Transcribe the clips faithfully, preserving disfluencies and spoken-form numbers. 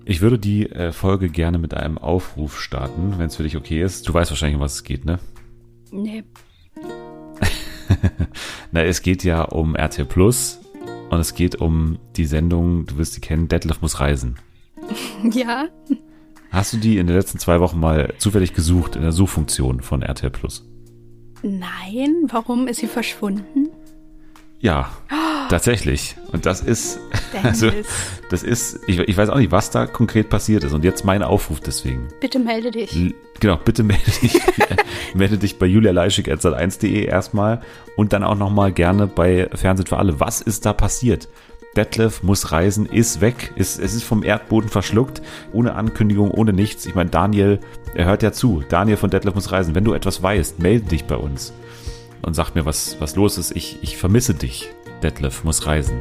Ich würde die äh, Folge gerne mit einem Aufruf starten, wenn es für dich okay ist. Du weißt wahrscheinlich, um was es geht, ne? Nee. Na, es geht ja um R T L Plus und es geht um die Sendung, du wirst sie kennen, Detlef muss reisen. Ja. Hast du die in den letzten zwei Wochen mal zufällig gesucht in der Suchfunktion von R T L Plus? Nein, warum ist sie verschwunden? Ja, oh. Tatsächlich. Und das ist, also, das ist, ich, ich weiß auch nicht, was da konkret passiert ist. Und jetzt mein Aufruf deswegen. Bitte melde dich. L- genau, bitte melde dich. melde dich bei julia leischig at sat eins punkt de erstmal und dann auch nochmal gerne bei Fernsehen für alle. Was ist da passiert? Detlef muss reisen, ist weg, ist, es ist vom Erdboden verschluckt, ohne Ankündigung, ohne nichts. Ich meine, Daniel, er hört ja zu. Daniel von Detlef muss reisen. Wenn du etwas weißt, melde dich bei uns und sag mir, was, was los ist. Ich, ich vermisse dich. Detlef muss reisen.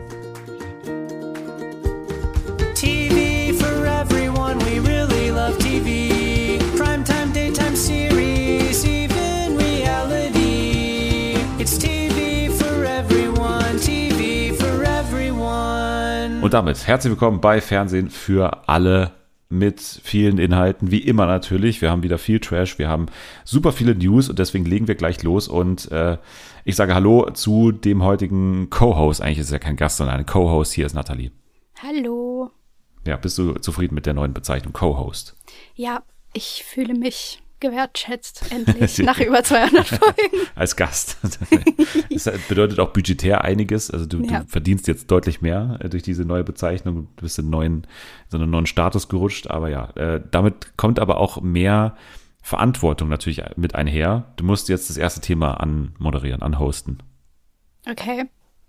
T V for everyone, we really love T V. Primetime, daytime series, even reality. It's T V for everyone, T V for everyone. Und damit herzlich willkommen bei Fernsehen für alle mit vielen Inhalten, wie immer natürlich. Wir haben wieder viel Trash, wir haben super viele News und deswegen legen wir gleich los und äh, ich sage Hallo zu dem heutigen Co-Host. Eigentlich ist es ja kein Gast, sondern eine Co-Host. Hier ist Nathalie. Hallo. Ja, bist du zufrieden mit der neuen Bezeichnung Co-Host? Ja, ich fühle mich gewertschätzt, endlich, nach über zweihundert Folgen. Als Gast. Das bedeutet auch budgetär einiges. Also du, ja. du verdienst jetzt deutlich mehr durch diese neue Bezeichnung. Du bist in, neuen, in so einen neuen Status gerutscht. Aber ja, äh, damit kommt aber auch mehr Verantwortung natürlich mit einher. Du musst jetzt das erste Thema anmoderieren, anhosten. Okay.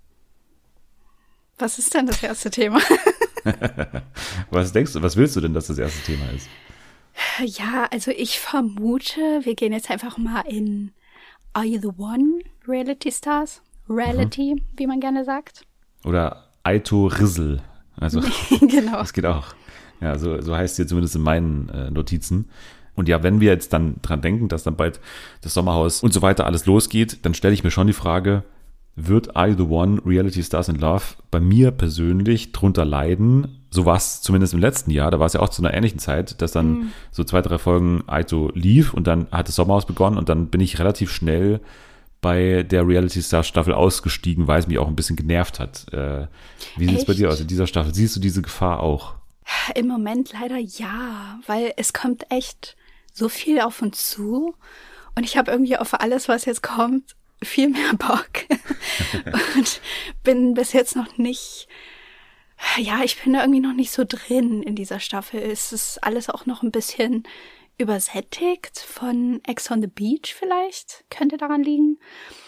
Was ist denn das erste Thema? Was denkst du, was willst du denn, dass das erste Thema ist? Ja, also ich vermute, wir gehen jetzt einfach mal in Are You the One? Reality Stars? Reality, mhm. wie man gerne sagt. Oder Aito Rissel. Also, genau. Das geht auch. Ja, so, so heißt es hier zumindest in meinen äh, Notizen. Und ja, wenn wir jetzt dann dran denken, dass dann bald das Sommerhaus und so weiter alles losgeht, dann stelle ich mir schon die Frage, wird Are You the One? Reality Stars in Love bei mir persönlich drunter leiden? So war es zumindest im letzten Jahr, da war es ja auch zu einer ähnlichen Zeit, dass dann mm. so zwei, drei Folgen Aito lief und dann hat das Sommerhaus begonnen und dann bin ich relativ schnell bei der Reality Stars Staffel ausgestiegen, weil es mich auch ein bisschen genervt hat. Äh, wie sieht es bei dir aus in dieser Staffel? Siehst du diese Gefahr auch? Im Moment leider ja, weil es kommt echt so viel auf uns zu und ich habe irgendwie auf alles, was jetzt kommt, viel mehr Bock und bin bis jetzt noch nicht, ja, ich bin da irgendwie noch nicht so drin in dieser Staffel. Es ist alles auch noch ein bisschen übersättigt von Ex on the Beach vielleicht, könnte daran liegen.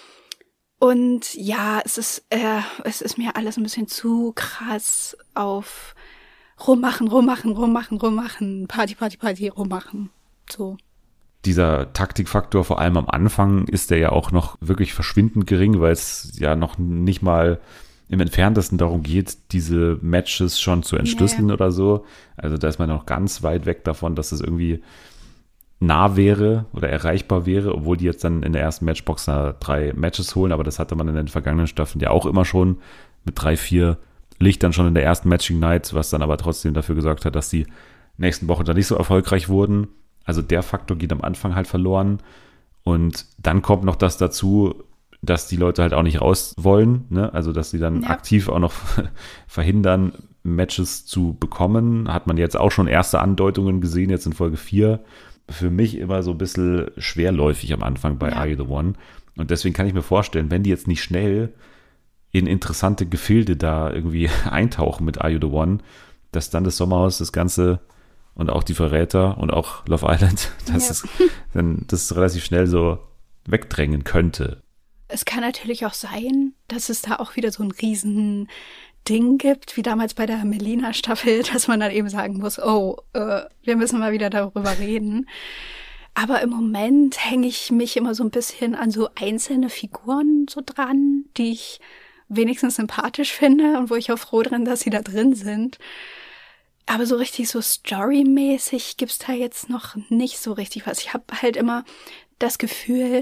Und ja, es ist, äh, es ist mir alles ein bisschen zu krass auf rummachen, rummachen, rummachen, rummachen, Party, Party, Party, rummachen, so. Dieser Taktikfaktor, vor allem am Anfang, ist der ja auch noch wirklich verschwindend gering, weil es ja noch nicht mal im Entferntesten darum geht, diese Matches schon zu entschlüsseln nee. oder so. Also da ist man noch ganz weit weg davon, dass es irgendwie nah wäre oder erreichbar wäre, obwohl die jetzt dann in der ersten Matchbox da drei Matches holen, aber das hatte man in den vergangenen Staffeln ja auch immer schon mit drei, vier Lichtern schon in der ersten Matching Night, was dann aber trotzdem dafür gesorgt hat, dass die nächsten Wochen dann nicht so erfolgreich wurden. Also der Faktor geht am Anfang halt verloren und dann kommt noch das dazu, dass die Leute halt auch nicht raus wollen, ne? Also dass sie dann ja. aktiv auch noch verhindern, Matches zu bekommen. Hat man jetzt auch schon erste Andeutungen gesehen, jetzt in Folge vier. Für mich immer so ein bisschen schwerläufig am Anfang bei ja. Are You the One? Und deswegen kann ich mir vorstellen, wenn die jetzt nicht schnell in interessante Gefilde da irgendwie eintauchen mit Are You the One, dass dann das Sommerhaus das Ganze und auch die Verräter und auch Love Island, dass ja. es dann das relativ schnell so wegdrängen könnte. Es kann natürlich auch sein, dass es da auch wieder so ein riesen Ding gibt, wie damals bei der Melina-Staffel, dass man dann eben sagen muss, oh, äh, wir müssen mal wieder darüber reden. Aber im Moment hänge ich mich immer so ein bisschen an so einzelne Figuren so dran, die ich wenigstens sympathisch finde und wo ich auch froh drin, dass sie da drin sind. Aber so richtig so storymäßig gibt's da jetzt noch nicht so richtig was. Ich habe halt immer das Gefühl,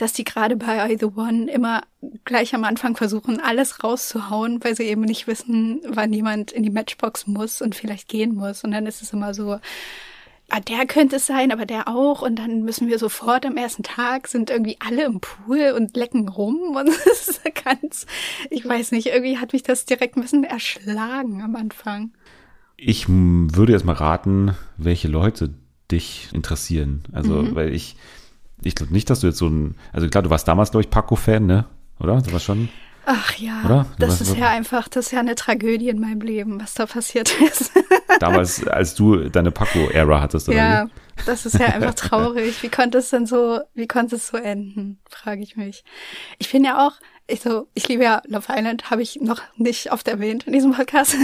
dass die gerade bei I The One immer gleich am Anfang versuchen, alles rauszuhauen, weil sie eben nicht wissen, wann jemand in die Matchbox muss und vielleicht gehen muss. Und dann ist es immer so, ah, der könnte es sein, aber der auch. Und dann müssen wir sofort am ersten Tag, sind irgendwie alle im Pool und lecken rum. Und das ist ganz, ich weiß nicht, irgendwie hat mich das direkt ein bisschen erschlagen am Anfang. Ich m, würde jetzt mal raten, welche Leute dich interessieren. Also, mhm. weil ich, ich glaube nicht, dass du jetzt so ein, also klar, du warst damals, glaube ich, Paco-Fan, ne? Oder? Du warst schon... Ach ja, Oder? das warst, ist ja einfach, das ist ja eine Tragödie in meinem Leben, was da passiert ist. Damals, als du deine Paco-Ära hattest, oder? Ja, wie? das ist ja einfach traurig. Wie konnte es denn so, wie konnte es so enden, frage ich mich. Ich bin ja auch, ich so, ich liebe ja Love Island, habe ich noch nicht oft erwähnt in diesem Podcast.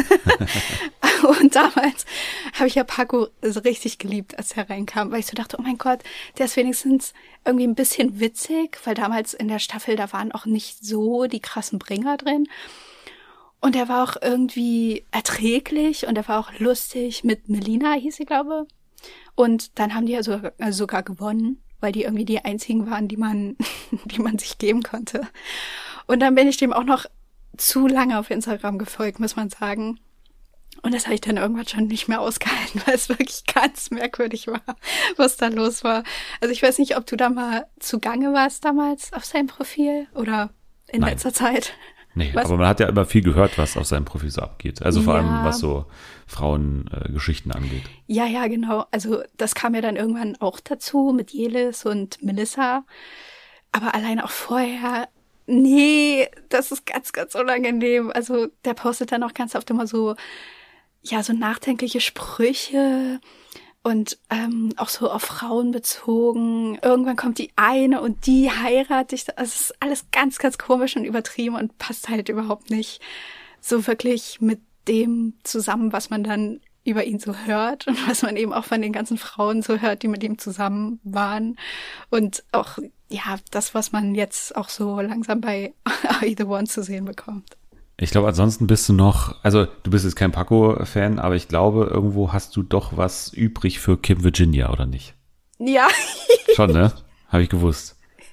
Und damals habe ich ja Paco so richtig geliebt, als er reinkam, weil ich so dachte, oh mein Gott, der ist wenigstens irgendwie ein bisschen witzig, weil damals in der Staffel, da waren auch nicht so die krassen Bringer drin. Und er war auch irgendwie erträglich und er war auch lustig mit Melina, hieß sie, glaube ich. Und dann haben die ja so, also sogar gewonnen, weil die irgendwie die einzigen waren, die man, die man sich geben konnte. Und dann bin ich dem auch noch zu lange auf Instagram gefolgt, muss man sagen. Und das habe ich dann irgendwann schon nicht mehr ausgehalten, weil es wirklich ganz merkwürdig war, was da los war. Also ich weiß nicht, ob du da mal zugange warst damals auf seinem Profil oder in Nein. letzter Zeit. Nee, was? aber man hat ja immer viel gehört, was auf seinem Profil so abgeht. Also vor Ja. allem, was so Frauengeschichten äh, angeht. Ja, ja, genau. Also das kam ja dann irgendwann auch dazu mit Jelis und Melissa. Aber allein auch vorher, nee, das ist ganz, ganz unangenehm. Also der postet dann auch ganz oft immer so, ja, so nachdenkliche Sprüche und ähm, auch so auf Frauen bezogen. Irgendwann kommt die eine und die heirate ich. Also es ist alles ganz, ganz komisch und übertrieben und passt halt überhaupt nicht so wirklich mit dem zusammen, was man dann über ihn so hört und was man eben auch von den ganzen Frauen so hört, die mit ihm zusammen waren. Und auch, ja, das, was man jetzt auch so langsam bei I The One zu sehen bekommt. Ich glaube, ansonsten bist du noch, also du bist jetzt kein Paco-Fan, aber ich glaube, irgendwo hast du doch was übrig für Kim Virginia, oder nicht? Ja. Schon, ne? Habe ich gewusst.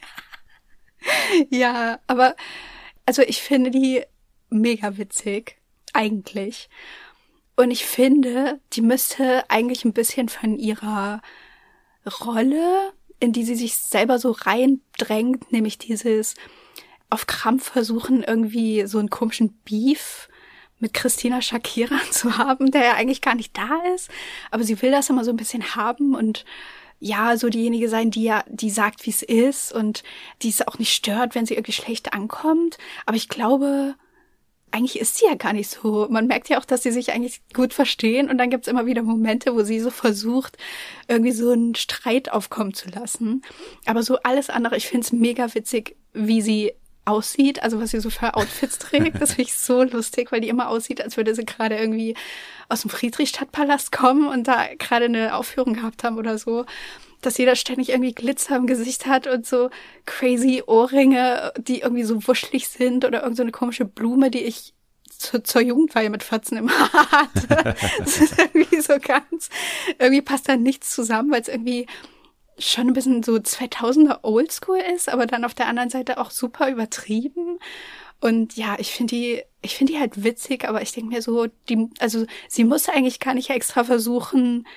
Ja, aber also ich finde die mega witzig, eigentlich. Und ich finde, die müsste eigentlich ein bisschen von ihrer Rolle, in die sie sich selber so reindrängt, nämlich dieses auf Krampf versuchen, irgendwie so einen komischen Beef mit Christina Shakira zu haben, der ja eigentlich gar nicht da ist. Aber sie will das immer so ein bisschen haben und ja, so diejenige sein, die ja, die sagt, wie es ist und die es auch nicht stört, wenn sie irgendwie schlecht ankommt. Aber ich glaube, eigentlich ist sie ja gar nicht so. Man merkt ja auch, dass sie sich eigentlich gut verstehen und dann gibt's immer wieder Momente, wo sie so versucht, irgendwie so einen Streit aufkommen zu lassen. Aber so alles andere, ich find's mega witzig, wie sie aussieht, also was sie so für Outfits trägt, das finde ich so lustig, weil die immer aussieht, als würde sie gerade irgendwie aus dem Friedrichstadtpalast kommen und da gerade eine Aufführung gehabt haben oder so, dass jeder ständig irgendwie Glitzer im Gesicht hat und so crazy Ohrringe, die irgendwie so wuschelig sind oder irgend so eine komische Blume, die ich zu, zur Jugendweihe mit vierzehn im Haar hatte. Das ist irgendwie so ganz, irgendwie passt da nichts zusammen, weil es irgendwie schon ein bisschen so zweitausender Oldschool ist, aber dann auf der anderen Seite auch super übertrieben. Und ja, ich finde die, ich finde die halt witzig, aber ich denke mir so, die, also sie muss eigentlich gar nicht extra versuchen,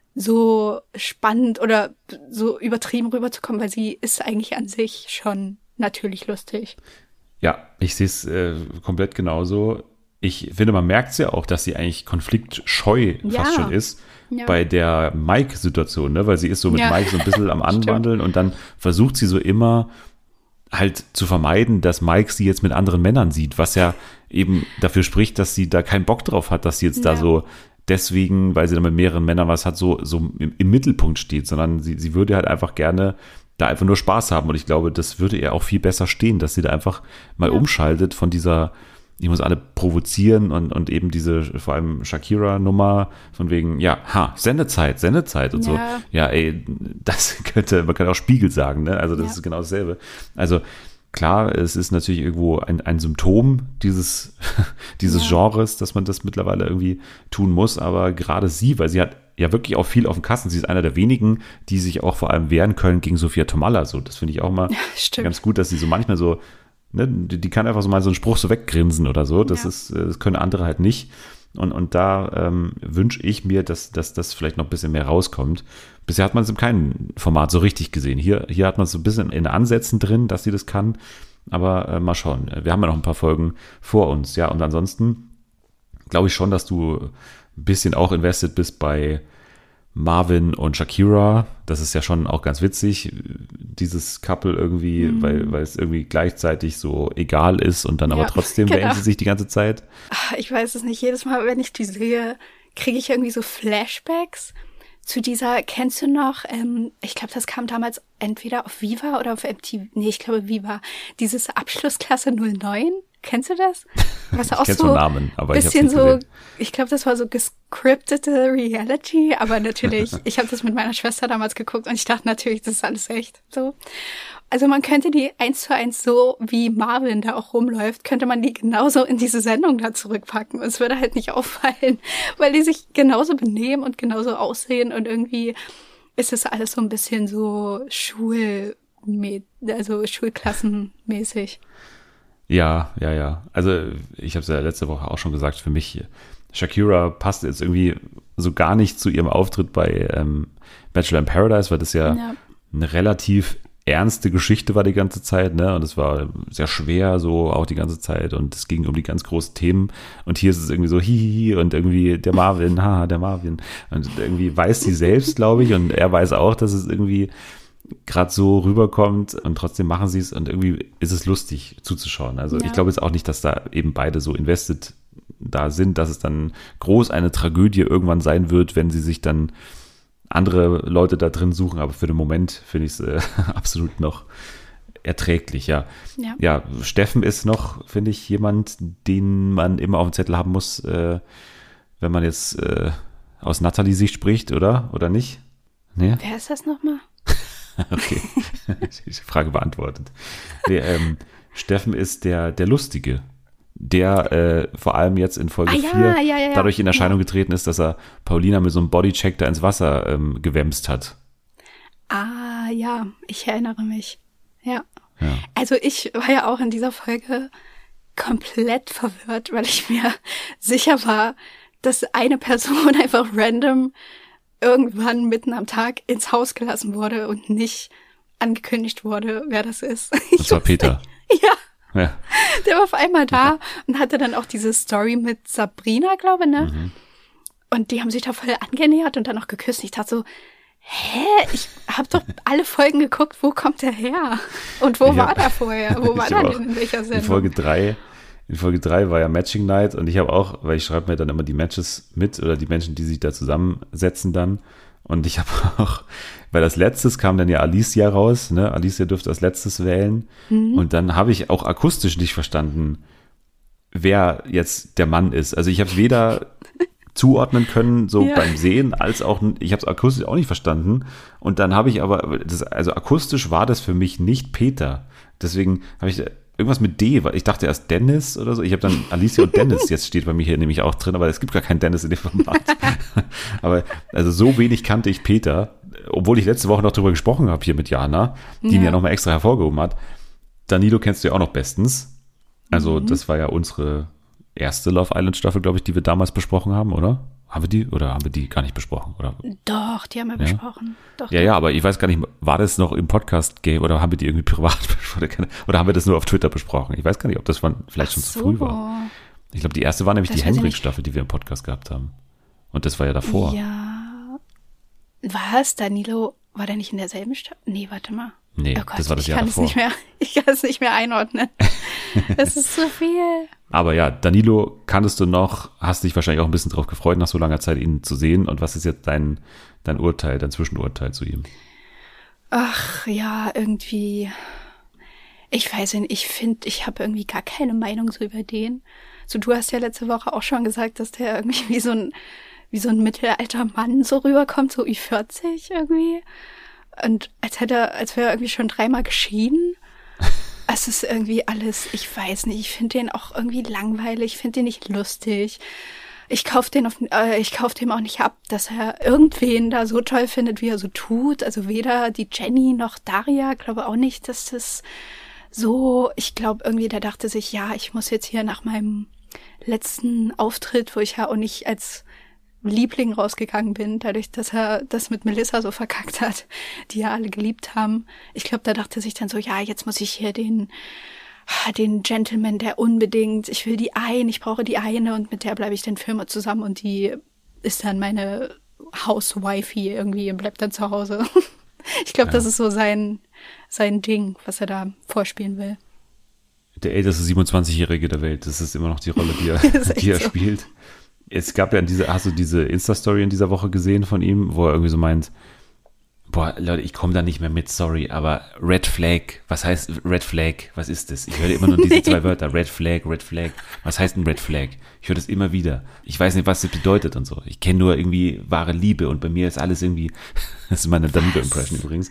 so spannend oder so übertrieben rüberzukommen, weil sie ist eigentlich an sich schon natürlich lustig. Ja, ich sehe es äh, komplett genauso. Ich finde, man merkt es ja auch, dass sie eigentlich konfliktscheu Ja. fast schon ist. Ja. Bei der Mike-Situation, ne? Weil sie ist so mit Ja. Mike so ein bisschen am Anwandeln und dann versucht sie so immer halt zu vermeiden, dass Mike sie jetzt mit anderen Männern sieht, was ja eben dafür spricht, dass sie da keinen Bock drauf hat, dass sie jetzt da Ja. so deswegen, weil sie da mit mehreren Männern was hat, so, so im, im Mittelpunkt steht, sondern sie, sie würde halt einfach gerne da einfach nur Spaß haben und ich glaube, das würde ihr auch viel besser stehen, dass sie da einfach mal Ja. umschaltet von dieser ich muss alle provozieren und, und eben diese, vor allem Shakira-Nummer von wegen, ja, ha, Sendezeit, Sendezeit und Ja. so. Ja, ey, das könnte, man kann auch Spiegel sagen, ne? Also das Ja. ist genau dasselbe. Also klar, es ist natürlich irgendwo ein, ein Symptom dieses, dieses Ja. Genres, dass man das mittlerweile irgendwie tun muss, aber gerade sie, weil sie hat ja wirklich auch viel auf dem Kasten. Sie ist einer der wenigen, die sich auch vor allem wehren können gegen Sophia Tomalla. So, das finde ich auch mal Stimmt. ganz gut, dass sie so manchmal so, ne, die, die kann einfach so mal so einen Spruch so weggrinsen oder so. Das Ja. ist, äh, das können andere halt nicht. Und, und da ähm, wünsche ich mir, dass, dass das vielleicht noch ein bisschen mehr rauskommt. Bisher hat man es in keinem Format so richtig gesehen. Hier, hier hat man es so ein bisschen in Ansätzen drin, dass sie das kann. Aber äh, mal schauen. Wir haben ja noch ein paar Folgen vor uns. Ja, und ansonsten glaube ich schon, dass du ein bisschen auch invested bist bei Marvin und Shakira. Das ist ja schon auch ganz witzig, dieses Couple irgendwie, Mhm. weil, weil es irgendwie gleichzeitig so egal ist und dann aber Ja, trotzdem genau. wählen sie sich die ganze Zeit. Ach, ich weiß es nicht. Jedes Mal, wenn ich die sehe, kriege ich irgendwie so Flashbacks zu dieser, kennst du noch, ähm, ich glaube, das kam damals entweder auf Viva oder auf M T V, nee, ich glaube Viva, dieses Abschlussklasse null neun. Kennst du das? Was Ich auch kenn so so Namen, aber ich hab's bisschen nicht so, gesehen. ich glaube, das war so gescriptete Reality, aber natürlich, ich habe das mit meiner Schwester damals geguckt und ich dachte natürlich, das ist alles echt so. Also man könnte die eins zu eins so, wie Marvin da auch rumläuft, könnte man die genauso in diese Sendung da zurückpacken und es würde halt nicht auffallen, weil die sich genauso benehmen und genauso aussehen und irgendwie ist es alles so ein bisschen so Schul, also Schulklassenmäßig. Ja, ja, ja. Also ich habe es ja letzte Woche auch schon gesagt, für mich, Shakira passt jetzt irgendwie so gar nicht zu ihrem Auftritt bei ähm, Bachelor in Paradise, weil das ja, Ja. eine relativ ernste Geschichte war die ganze Zeit, ne? Und es war sehr schwer so auch die ganze Zeit und es ging um die ganz großen Themen und hier ist es irgendwie so hihihi und irgendwie der Marvin, haha, der Marvin und irgendwie weiß sie selbst, glaube ich, und er weiß auch, dass es irgendwie gerade so rüberkommt und trotzdem machen sie es und irgendwie ist es lustig zuzuschauen. Also Ja. ich glaube jetzt auch nicht, dass da eben beide so invested da sind, dass es dann groß eine Tragödie irgendwann sein wird, wenn sie sich dann andere Leute da drin suchen, aber für den Moment finde ich es äh, absolut noch erträglich, ja. Ja. Ja, Steffen ist noch, finde ich, jemand, den man immer auf dem Zettel haben muss, äh, wenn man jetzt äh, aus Nathalie-Sicht spricht, oder? Oder nicht? Nee? Wer ist das nochmal? Okay, die Frage beantwortet. Der, ähm, Steffen ist der, der Lustige, der äh, vor allem jetzt in Folge Ah, ja, vier ja, ja, ja. dadurch in Erscheinung getreten ist, dass er Paulina mit so einem Bodycheck da ins Wasser ähm, gewämst hat. Ah, ja, ich erinnere mich. Ja. Ja. Also ich war ja auch in dieser Folge komplett verwirrt, weil ich mir sicher war, dass eine Person einfach random irgendwann mitten am Tag ins Haus gelassen wurde und nicht angekündigt wurde, wer das ist. Und zwar Peter. Ja, Ja. der war auf einmal da und hatte dann auch diese Story mit Sabrina, glaube ich, ne? Mhm. Und die haben sich da voll angenähert und dann noch geküsst. Ich dachte so, hä? Ich habe doch alle Folgen geguckt, wo kommt der her? Und wo Ich war hab- der vorher? Wo war Ich der hab denn auch in welcher In Sendung? Folge drei, in Folge drei war ja Matching Night und ich habe auch, weil ich schreibe mir dann immer die Matches mit oder die Menschen, die sich da zusammensetzen dann. Und ich habe auch, weil als letztes kam dann ja Alicia raus, ne? Alicia durfte als letztes wählen. Mhm. Und dann habe ich auch akustisch nicht verstanden, wer jetzt der Mann ist. Also ich habe es weder zuordnen können, so Ja. beim Sehen, als auch, ich habe es akustisch auch nicht verstanden. Und dann habe ich aber, das, also akustisch war das für mich nicht Peter. Deswegen habe ich irgendwas mit D, weil ich dachte erst Dennis oder so. Ich habe dann Alicia und Dennis, jetzt steht bei mir hier nämlich auch drin, aber es gibt gar keinen Dennis in dem Format. Aber also so wenig kannte ich Peter, obwohl ich letzte Woche noch drüber gesprochen habe hier mit Jana, die ihn Ja. ja nochmal extra hervorgehoben hat. Danilo kennst du ja auch noch bestens. Also das war ja unsere erste Love Island Staffel, glaube ich, die wir damals besprochen haben, oder? Haben wir die oder haben wir die gar nicht besprochen, oder? Doch, die haben wir Ja. besprochen. Doch, Ja, ja, aber ich weiß gar nicht, war das noch im Podcast-Game oder haben wir die irgendwie privat besprochen? Oder haben wir das nur auf Twitter besprochen? Ich weiß gar nicht, ob das von, vielleicht schon zu früh war. Ich glaube, die erste war nämlich Das die weiß ich nicht. Hendrik-Staffel, die wir im Podcast gehabt haben. Und das war ja davor. Ja. Was? Danilo, war der nicht in derselben Stadt? Nee, warte mal. Nee, Oh Gott, das war das ich Jahr kann davor. es nicht mehr, ich kann es nicht mehr einordnen. Es ist zu viel. Aber ja, Danilo kanntest du noch, hast dich wahrscheinlich auch ein bisschen drauf gefreut, nach so langer Zeit ihn zu sehen. Und was ist jetzt dein, dein Urteil, dein Zwischenurteil zu ihm? Ach ja, irgendwie. Ich weiß nicht, ich finde, ich habe irgendwie gar keine Meinung so über den. So, du hast ja letzte Woche auch schon gesagt, dass der irgendwie wie so ein, wie so ein mittelalter Mann so rüberkommt, so wie vierzig irgendwie. Und als hätte er, als wäre er irgendwie schon dreimal geschieden. Es ist irgendwie alles, ich weiß nicht, ich finde den auch irgendwie langweilig, ich finde den nicht lustig. ich kauf den auf, äh, ich kauf dem auch nicht ab, dass er irgendwen da so toll findet, wie er so tut. Also weder die Jenny noch Daria, glaube auch nicht, dass das so, ich glaube irgendwie, der dachte sich, ja, ich muss jetzt hier nach meinem letzten Auftritt, wo ich ja auch nicht als Liebling rausgegangen bin, dadurch, dass er das mit Melissa so verkackt hat, die ja alle geliebt haben. Ich glaube, da dachte sich dann so, ja, jetzt muss ich hier den den Gentleman, der unbedingt, ich will die eine, ich brauche die eine und mit der bleibe ich dann für immer zusammen und die ist dann meine Housewifey irgendwie und bleibt dann zu Hause. Ich glaube, ja. Das ist so sein sein Ding, was er da vorspielen will. Der älteste siebenundzwanzigjährige der Welt, das ist immer noch die Rolle, die er, die er so. spielt. Es gab ja diese, hast du diese Insta-Story in dieser Woche gesehen von ihm, wo er irgendwie so meint, boah, Leute, ich komme da nicht mehr mit, sorry, aber Red Flag, was heißt Red Flag, was ist das? Ich höre immer nur diese zwei Wörter, Red Flag, Red Flag, was heißt ein Red Flag? Ich höre das immer wieder. Ich weiß nicht, was das bedeutet und so. Ich kenne nur irgendwie wahre Liebe und bei mir ist alles irgendwie, das ist meine Danilo-Impression übrigens.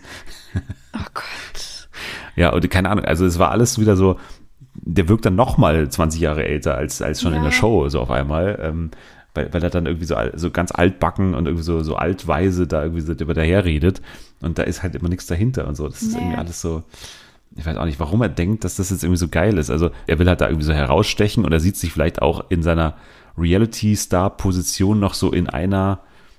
Oh Gott. Ja, und keine Ahnung, also es war alles wieder so, der wirkt dann nochmal zwanzig Jahre älter als, als schon ja. in der Show, so auf einmal, ähm, weil, weil er dann irgendwie so, so ganz altbacken und irgendwie so, so altweise da irgendwie so über daher redet und da ist halt immer nichts dahinter und so. Das ist nee. irgendwie alles so, ich weiß auch nicht, warum er denkt, dass das jetzt irgendwie so geil ist. Also er will halt da irgendwie so herausstechen und er sieht sich vielleicht auch in seiner Reality-Star-Position noch so in einer,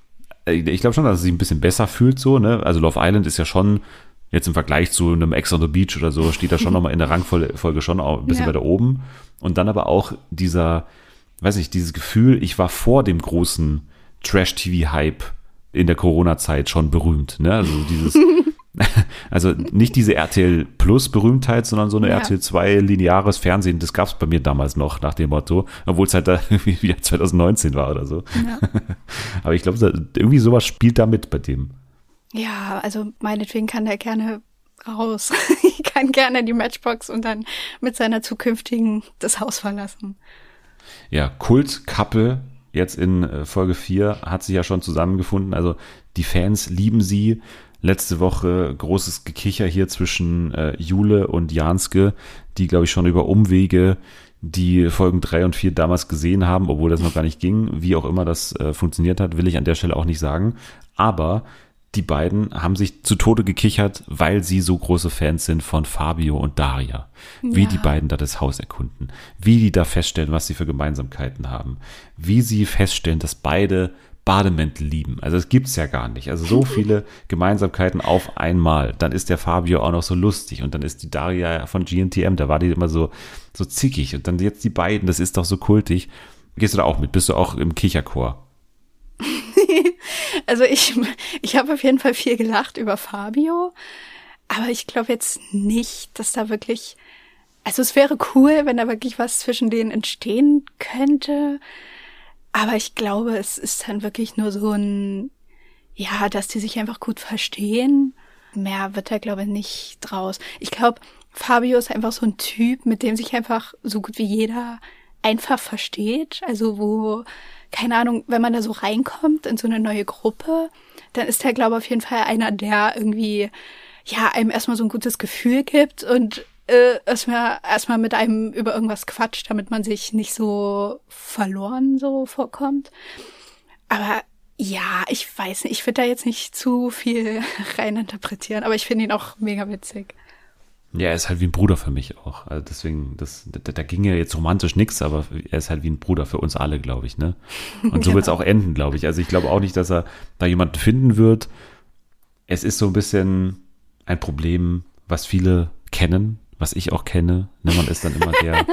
ich glaube schon, dass er sich ein bisschen besser fühlt so, ne? Also Love Island ist ja schon jetzt im Vergleich zu einem Ex on the Beach oder so, steht da schon nochmal in der Rangfolge schon auch ein bisschen ja. weiter oben. Und dann aber auch dieser, weiß nicht, dieses Gefühl, ich war vor dem großen Trash-T V-Hype in der Corona-Zeit schon berühmt. Ne? Also dieses, also nicht diese R T L Plus Berühmtheit, sondern so eine ja. R T L zwei lineares Fernsehen, das gab es bei mir damals noch nach dem Motto, obwohl es halt da wieder zwanzig neunzehn war oder so. Ja. Aber ich glaube, irgendwie sowas spielt da mit bei dem. Ja, also meinetwegen kann der gerne raus. Ich kann gerne die Matchbox und dann mit seiner zukünftigen das Haus verlassen. Ja, Kult-Couple jetzt in Folge vier hat sich ja schon zusammengefunden. Also die Fans lieben sie. Letzte Woche großes Gekicher hier zwischen äh, Jule und Janske, die, glaube ich, schon über Umwege die Folgen drei und vier damals gesehen haben, obwohl das noch gar nicht ging. Wie auch immer das äh, funktioniert hat, will ich an der Stelle auch nicht sagen. Aber die beiden haben sich zu Tode gekichert, weil sie so große Fans sind von Fabio und Daria. Wie ja. die beiden da das Haus erkunden. Wie die da feststellen, was sie für Gemeinsamkeiten haben. Wie sie feststellen, dass beide Bademäntel lieben. Also das gibt's ja gar nicht. Also so viele Gemeinsamkeiten auf einmal. Dann ist der Fabio auch noch so lustig und dann ist die Daria von G N T M, da war die immer so, so zickig. Und dann jetzt die beiden, das ist doch so kultig. Gehst du da auch mit? Bist du auch im Kicherchor? Also ich, ich habe auf jeden Fall viel gelacht über Fabio, aber ich glaube jetzt nicht, dass da wirklich, also es wäre cool, wenn da wirklich was zwischen denen entstehen könnte, aber ich glaube, es ist dann wirklich nur so ein, ja, dass die sich einfach gut verstehen. Mehr wird da, glaube ich, nicht draus. Ich glaube, Fabio ist einfach so ein Typ, mit dem sich einfach so gut wie jeder einfach versteht, also wo, keine Ahnung, wenn man da so reinkommt in so eine neue Gruppe, dann ist der, glaube ich, auf jeden Fall einer, der irgendwie, ja, einem erstmal so ein gutes Gefühl gibt und äh, erstmal erstmal mit einem über irgendwas quatscht, damit man sich nicht so verloren so vorkommt. Aber ja, ich weiß nicht, ich würde da jetzt nicht zu viel reininterpretieren, aber ich finde ihn auch mega witzig. Ja, er ist halt wie ein Bruder für mich auch. Also deswegen, das, da, da ging ja jetzt romantisch nichts, aber er ist halt wie ein Bruder für uns alle, glaube ich, ne? Und so ja. wird es auch enden, glaube ich. Also ich glaube auch nicht, dass er da jemanden finden wird. Es ist so ein bisschen ein Problem, was viele kennen, was ich auch kenne. Ne, man ist dann immer der...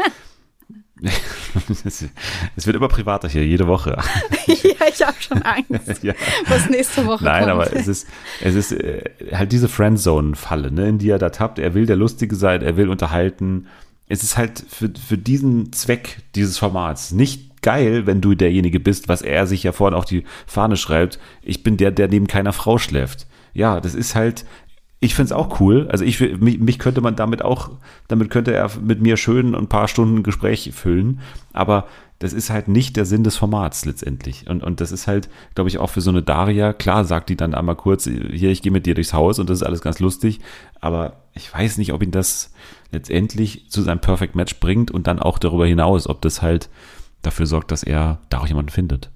Es wird immer privater hier, jede Woche. Ja, ich habe schon Angst, ja. was nächste Woche Nein, kommt. aber es ist, es ist äh, halt diese Friendzone-Falle, ne, in die er da tappt. Er will der Lustige sein, er will unterhalten. Es ist halt für, für diesen Zweck dieses Formats nicht geil, wenn du derjenige bist, was er sich ja vorhin auf die Fahne schreibt. Ich bin der, der neben keiner Frau schläft. Ja, das ist halt... Ich find's auch cool. Also ich mich, mich könnte man damit auch, damit könnte er mit mir schön ein paar Stunden Gespräch füllen. Aber das ist halt nicht der Sinn des Formats letztendlich. Und, und das ist halt, glaube ich, auch für so eine Daria, klar sagt die dann einmal kurz, hier, ich gehe mit dir durchs Haus und das ist alles ganz lustig. Aber ich weiß nicht, ob ihn das letztendlich zu seinem Perfect Match bringt und dann auch darüber hinaus, ob das halt dafür sorgt, dass er da auch jemanden findet.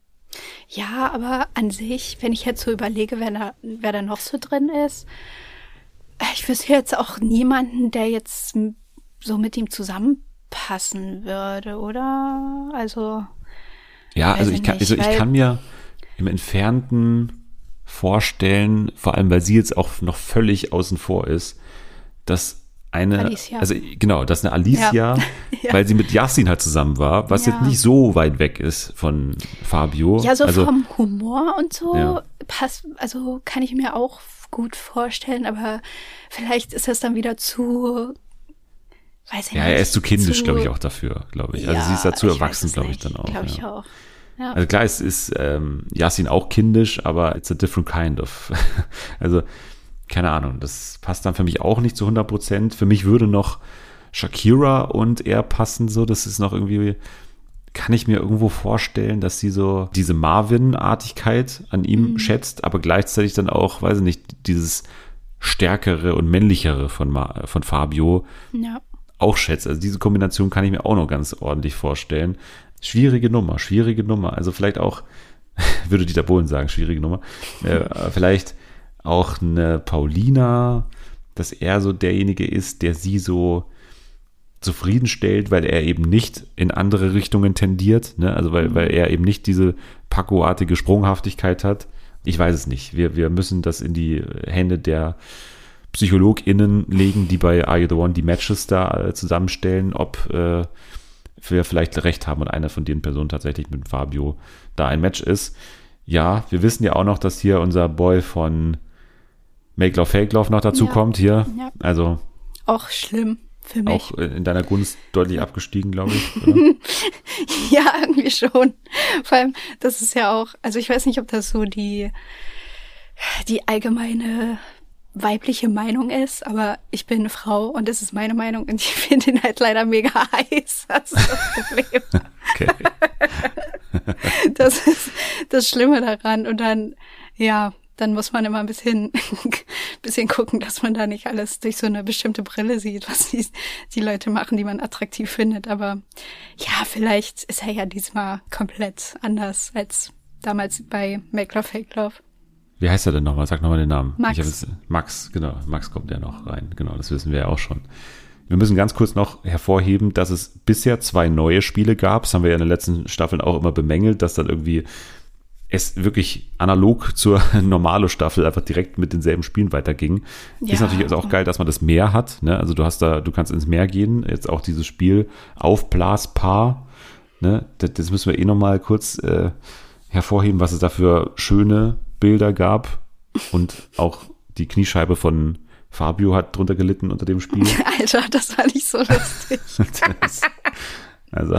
Ja, aber an sich, wenn ich jetzt so überlege, wer da, wer da noch so drin ist, ich wüsste jetzt auch niemanden, der jetzt so mit ihm zusammenpassen würde, oder? Also ja, also ich kann, nicht, also ich kann mir im Entfernten vorstellen, vor allem weil sie jetzt auch noch völlig außen vor ist, dass eine, Alicia. also genau, dass eine Alicia, Ja. Ja. weil sie mit Yassin halt zusammen war, was Ja. jetzt nicht so weit weg ist von Fabio. Ja, so also, vom Humor und so Ja. passt, also kann ich mir auch gut vorstellen, aber vielleicht ist das dann wieder zu, weiß ich ja, nicht. er ist zu kindisch, zu- glaube ich, auch dafür, glaube ich. Also Ja, sie ist da zu ich erwachsen, weiß es glaube ich, nicht. dann auch. Glaube ich ja. auch. Ja. Also klar, es ist ähm, Yassin auch kindisch, aber it's a different kind of. Also, keine Ahnung, das passt dann für mich auch nicht zu hundert Prozent. Für mich würde noch Shakira und er passen so. Das ist noch irgendwie, kann ich mir irgendwo vorstellen, dass sie so diese Marvin-Artigkeit an ihm Mhm. schätzt, aber gleichzeitig dann auch, weiß ich nicht, dieses Stärkere und Männlichere von, Ma- von Fabio ja. auch schätzt. Also diese Kombination kann ich mir auch noch ganz ordentlich vorstellen. Schwierige Nummer, schwierige Nummer. Also vielleicht auch, würde Dieter Bohlen sagen, schwierige Nummer. Äh, vielleicht auch eine Paulina, dass er so derjenige ist, der sie so zufriedenstellt, weil er eben nicht in andere Richtungen tendiert. Ne? Also weil, weil er eben nicht diese Paco-artige Sprunghaftigkeit hat. Ich weiß es nicht. Wir, wir müssen das in die Hände der PsychologInnen legen, die bei Are You The One die Matches da äh, zusammenstellen, ob äh, wir vielleicht recht haben und einer von den Personen tatsächlich mit Fabio da ein Match ist. Ja, wir wissen ja auch noch, dass hier unser Boy von Make Love Fake Love noch dazu Ja. kommt hier. Ja. Also Auch schlimm für mich. auch in deiner Gunst deutlich abgestiegen, glaube ich. Oder? Ja, irgendwie schon. Vor allem, das ist ja auch, also ich weiß nicht, ob das so die, die allgemeine weibliche Meinung ist, aber ich bin eine Frau und das ist meine Meinung und ich finde ihn halt leider mega heiß. Das ist das Problem. Okay. Das ist das Schlimme daran. Und dann, ja, dann muss man immer ein bisschen, bisschen gucken, dass man da nicht alles durch so eine bestimmte Brille sieht, was die, die Leute machen, die man attraktiv findet. Aber ja, vielleicht ist er ja diesmal komplett anders als damals bei Make Love Fake Love. Wie heißt er denn nochmal? Sag nochmal den Namen. Max. Ich hab jetzt, Max, genau. Max kommt ja noch rein. Genau, das wissen wir ja auch schon. Wir müssen ganz kurz noch hervorheben, dass es bisher zwei neue Spiele gab. Das haben wir ja in den letzten Staffeln auch immer bemängelt, dass dann irgendwie es wirklich analog zur Normalo-Staffel einfach direkt mit denselben Spielen weiterging. Ja. Ist natürlich also auch geil, dass man das Meer hat. Ne? Also du hast da, du kannst ins Meer gehen. Jetzt auch dieses Spiel Aufblaspaar. Ne? Das, das müssen wir eh nochmal kurz äh, hervorheben, was es da für schöne Bilder gab. Und auch die Kniescheibe von Fabio hat drunter gelitten unter dem Spiel. Alter, das war nicht so lustig. das, also,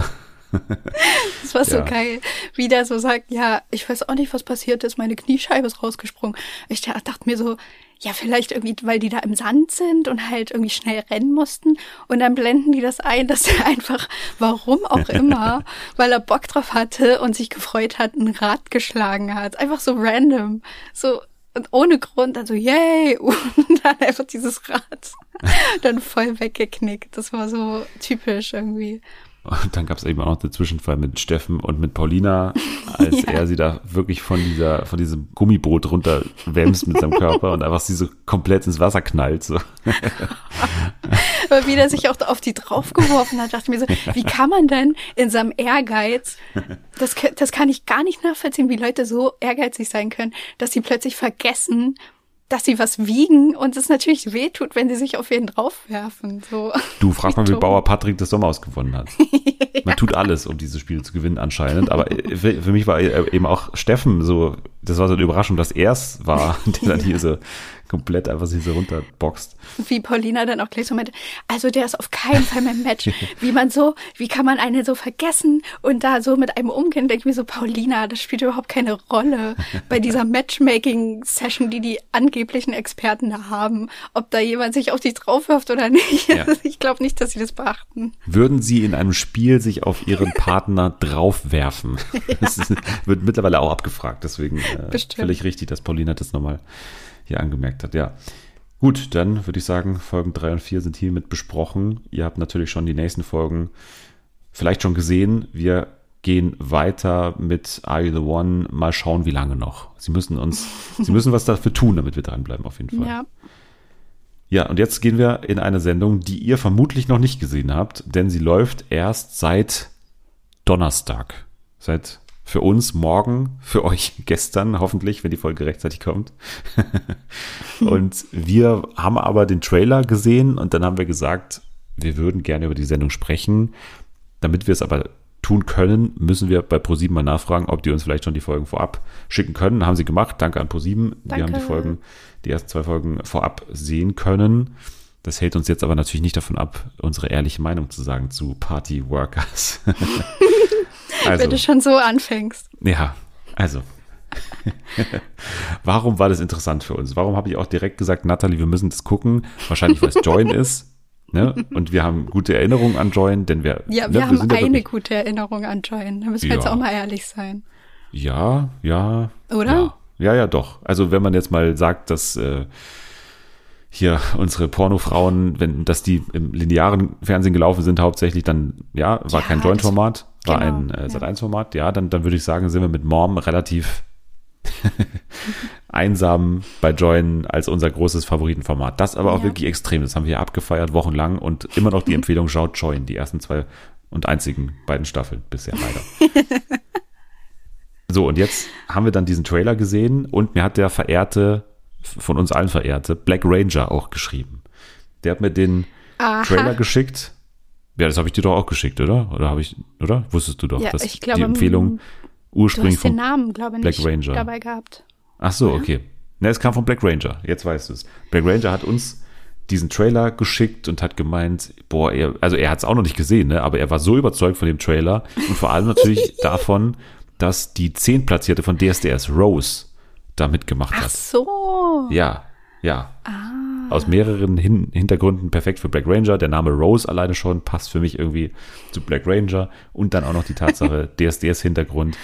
Das war so Ja. geil, wie der so sagt, ja, ich weiß auch nicht, was passiert ist, meine Kniescheibe ist rausgesprungen. Ich da- dachte mir so, ja, vielleicht irgendwie, weil die da im Sand sind und halt irgendwie schnell rennen mussten und dann blenden die das ein, dass er einfach, warum auch immer, weil er Bock drauf hatte und sich gefreut hat, ein Rad geschlagen hat. Einfach so random, so und ohne Grund, also yay, und dann einfach dieses Rad dann voll weggeknickt. Das war so typisch irgendwie. und dann gab es eben auch noch den Zwischenfall mit Steffen und mit Paulina, als Ja. er sie da wirklich von dieser, von diesem Gummiboot runterwämst mit seinem Körper und einfach sie so komplett ins Wasser knallt. So. Aber wie der sich auch auf die draufgeworfen hat, dachte ich mir so, wie kann man denn in seinem Ehrgeiz, das, k- das kann ich gar nicht nachvollziehen, wie Leute so ehrgeizig sein können, dass sie plötzlich vergessen, dass sie was wiegen und es natürlich wehtut, wenn sie sich auf jeden draufwerfen. So. Du, frag mal, wie dumm. Bauer Patrick das Sommerhaus gewonnen hat. Man tut alles, um dieses Spiel zu gewinnen anscheinend. Aber für, für mich war eben auch Steffen so, das war so eine Überraschung, dass er es war, der dann hier so komplett einfach sich so runterboxt. Wie Paulina dann auch gleich so meinte, also der ist auf keinen Fall mein Match. Wie man so, wie kann man einen so vergessen und da so mit einem umgehen, denke ich mir so, Paulina, das spielt überhaupt keine Rolle bei dieser Matchmaking-Session, die die angeblichen Experten da haben. Ob da jemand sich auf dich draufwirft oder nicht. Ja. Ich glaube nicht, dass sie das beachten. Würden sie in einem Spiel sich auf ihren Partner draufwerfen? Das ist, wird mittlerweile auch abgefragt, deswegen äh, Bestimmt. völlig richtig, dass Paulina das nochmal hier angemerkt hat, ja. Gut, dann würde ich sagen, Folgen drei und vier sind hiermit besprochen. Ihr habt natürlich schon die nächsten Folgen vielleicht schon gesehen, wir gehen weiter mit Are You the One? Mal schauen, wie lange noch. Sie müssen uns, sie müssen was dafür tun, damit wir dranbleiben, auf jeden Fall. Ja. Ja, und jetzt gehen wir in eine Sendung, die ihr vermutlich noch nicht gesehen habt, denn sie läuft erst seit Donnerstag. Seit für uns morgen, für euch gestern, hoffentlich, wenn die Folge rechtzeitig kommt. Und wir haben aber den Trailer gesehen und dann haben wir gesagt, wir würden gerne über die Sendung sprechen. Damit wir es aber tun können, müssen wir bei ProSieben mal nachfragen, ob die uns vielleicht schon die Folgen vorab schicken können. Haben sie gemacht. Danke an ProSieben. Danke. Wir haben die Folgen, die ersten zwei Folgen vorab sehen können. Das hält uns jetzt aber natürlich nicht davon ab, unsere ehrliche Meinung zu sagen zu Party Workers. Also, wenn du schon so anfängst. Ja, also. Warum war das interessant für uns? Warum habe ich auch direkt gesagt, Natalie, wir müssen das gucken? Wahrscheinlich, weil es Join ist. Ne? Und wir haben gute Erinnerungen an Join, denn wir, Ja, ne, wir wir haben sind ja eine wirklich, gute Erinnerung an Join. Da müssen wir Ja. jetzt auch mal ehrlich sein. Ja, ja. Oder? Ja. ja, ja, doch. Also wenn man jetzt mal sagt, dass äh, hier unsere Pornofrauen, wenn dass die im linearen Fernsehen gelaufen sind hauptsächlich, dann ja, war Ja, kein das- Joint-Format, war genau, ein äh, ja. Sat eins Format. Ja, dann, dann würde ich sagen, sind wir mit Mom relativ einsam bei Join als unser großes Favoritenformat. Das aber auch Ja. wirklich extrem. Das haben wir abgefeiert, wochenlang und immer noch die Empfehlung, schaut Join, die ersten zwei und einzigen beiden Staffeln bisher leider. So, und jetzt haben wir dann diesen Trailer gesehen und mir hat der verehrte, von uns allen verehrte, Black Ranger auch geschrieben. Der hat mir den Aha. Trailer geschickt. Ja, das habe ich dir doch auch geschickt, oder? Oder habe ich, oder? Wusstest du doch, Ja, dass ich glaube, die Empfehlung Du ursprünglich hast den von Namen, glaube ich, Black nicht Ranger. dabei gehabt. Ach so, okay. Ne, es kam von Black Ranger. Jetzt weißt du es. Black Ranger hat uns diesen Trailer geschickt und hat gemeint, boah, er, also er hat es auch noch nicht gesehen, ne, aber er war so überzeugt von dem Trailer und vor allem natürlich davon, dass die Zehntplatzierte von D S D S, Rose, da mitgemacht Ach hat. so. Ja, ja. Aus mehreren Hin- Hintergründen perfekt für Black Ranger. Der Name Rose alleine schon passt für mich irgendwie zu Black Ranger und dann auch noch die Tatsache D S D S-Hintergrund.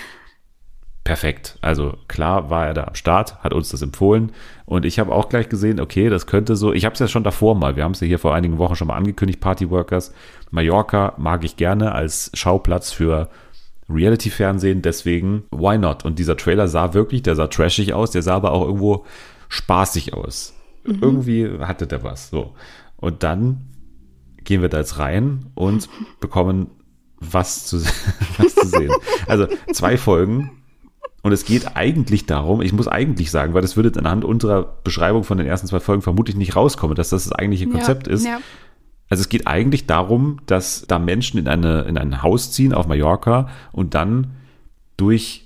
Perfekt. Also klar war er da am Start, hat uns das empfohlen und ich habe auch gleich gesehen, okay, das könnte so, ich habe es ja schon davor mal, wir haben es ja hier vor einigen Wochen schon mal angekündigt, Party Workers. Mallorca mag ich gerne als Schauplatz für Reality-Fernsehen, deswegen why not? Und dieser Trailer sah wirklich, der sah trashig aus, der sah aber auch irgendwo spaßig aus. Mhm. Irgendwie hatte der was. So. Und dann gehen wir da jetzt rein und bekommen was zu, was zu sehen. Also zwei Folgen. Und es geht eigentlich darum, ich muss eigentlich sagen, weil das würde anhand unserer Beschreibung von den ersten zwei Folgen vermutlich nicht rauskommen, dass das das eigentliche Konzept ja, ist. Ja. Also es geht eigentlich darum, dass da Menschen in, eine, in ein Haus ziehen auf Mallorca und dann durch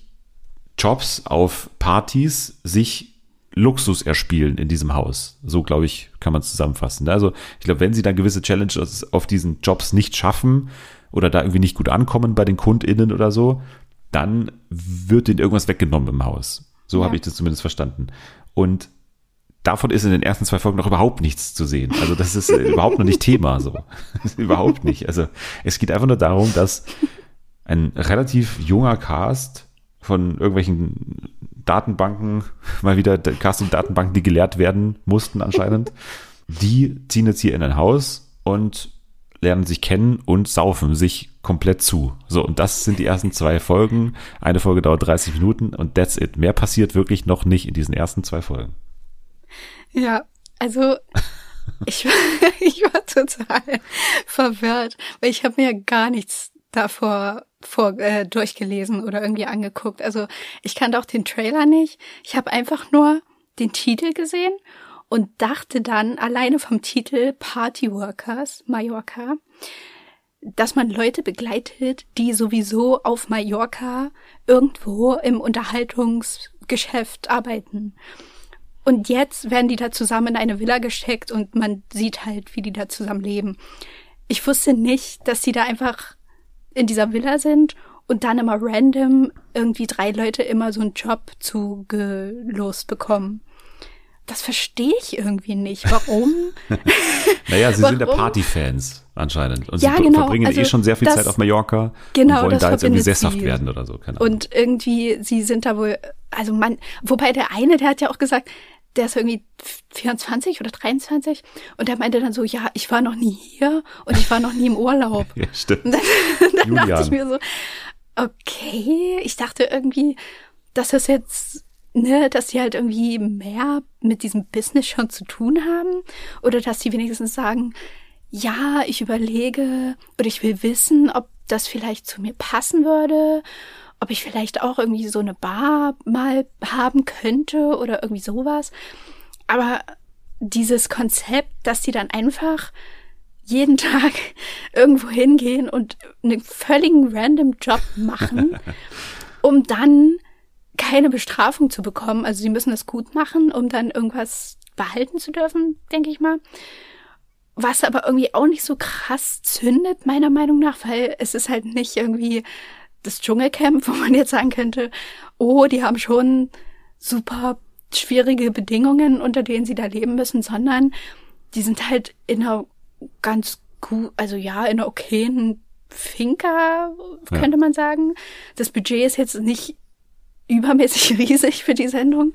Jobs auf Partys sich Luxus erspielen in diesem Haus. So, glaube ich, kann man es zusammenfassen. Also ich glaube, wenn sie dann gewisse Challenges auf diesen Jobs nicht schaffen oder da irgendwie nicht gut ankommen bei den KundInnen oder so, dann wird ihnen irgendwas weggenommen im Haus. So Ja. habe ich das zumindest verstanden. Und davon ist in den ersten zwei Folgen noch überhaupt nichts zu sehen. Also das ist überhaupt noch nicht Thema so. Überhaupt nicht. Also es geht einfach nur darum, dass ein relativ junger Cast von irgendwelchen Datenbanken, mal wieder Casting-Datenbanken, die geleert werden mussten anscheinend, die ziehen jetzt hier in ein Haus und lernen sich kennen und saufen sich komplett zu. So, und das sind die ersten zwei Folgen. Eine Folge dauert dreißig Minuten und that's it. Mehr passiert wirklich noch nicht in diesen ersten zwei Folgen. Ja, also ich, ich war total verwirrt, weil ich habe mir gar nichts davor vor, äh, durchgelesen oder irgendwie angeguckt. Also ich kannte auch den Trailer nicht. Ich habe einfach nur den Titel gesehen und dachte dann alleine vom Titel Party Workers, Mallorca, dass man Leute begleitet, die sowieso auf Mallorca irgendwo im Unterhaltungsgeschäft arbeiten. Und jetzt werden die da zusammen in eine Villa gesteckt und man sieht halt, wie die da zusammen leben. Ich wusste nicht, dass die da einfach in dieser Villa sind und dann immer random irgendwie drei Leute immer so einen Job zugelost bekommen. Das verstehe ich irgendwie nicht. Warum? Naja, sie Warum? sind ja Partyfans anscheinend. Und Ja, sie genau. verbringen Also eh schon sehr viel das- Zeit auf Mallorca Genau, und wollen das da jetzt irgendwie verbindet sesshaft sie. werden oder so. Keine Ahnung. Und irgendwie, sie sind da wohl, also man, wobei der eine, der hat ja auch gesagt, der ist irgendwie vierundzwanzig oder dreiundzwanzig und der meinte dann so, ja, ich war noch nie hier und ich war noch nie im Urlaub. Ja, stimmt. Und dann, dann dachte ich mir so, okay, ich dachte irgendwie, dass das jetzt, ne, dass die halt irgendwie mehr mit diesem Business schon zu tun haben oder dass die wenigstens sagen, ja, ich überlege oder ich will wissen, ob das vielleicht zu mir passen würde, ob ich vielleicht auch irgendwie so eine Bar mal haben könnte oder irgendwie sowas. Aber dieses Konzept, dass die dann einfach jeden Tag irgendwo hingehen und einen völligen random Job machen, um dann keine Bestrafung zu bekommen. Also sie müssen das gut machen, um dann irgendwas behalten zu dürfen, denke ich mal. Was aber irgendwie auch nicht so krass zündet, meiner Meinung nach, weil es ist halt nicht irgendwie das Dschungelcamp, wo man jetzt sagen könnte, oh, die haben schon super schwierige Bedingungen, unter denen sie da leben müssen, sondern die sind halt in einer ganz gut, also ja, in einer okayen Finca, könnte ja. man sagen. Das Budget ist jetzt nicht übermäßig riesig für die Sendung.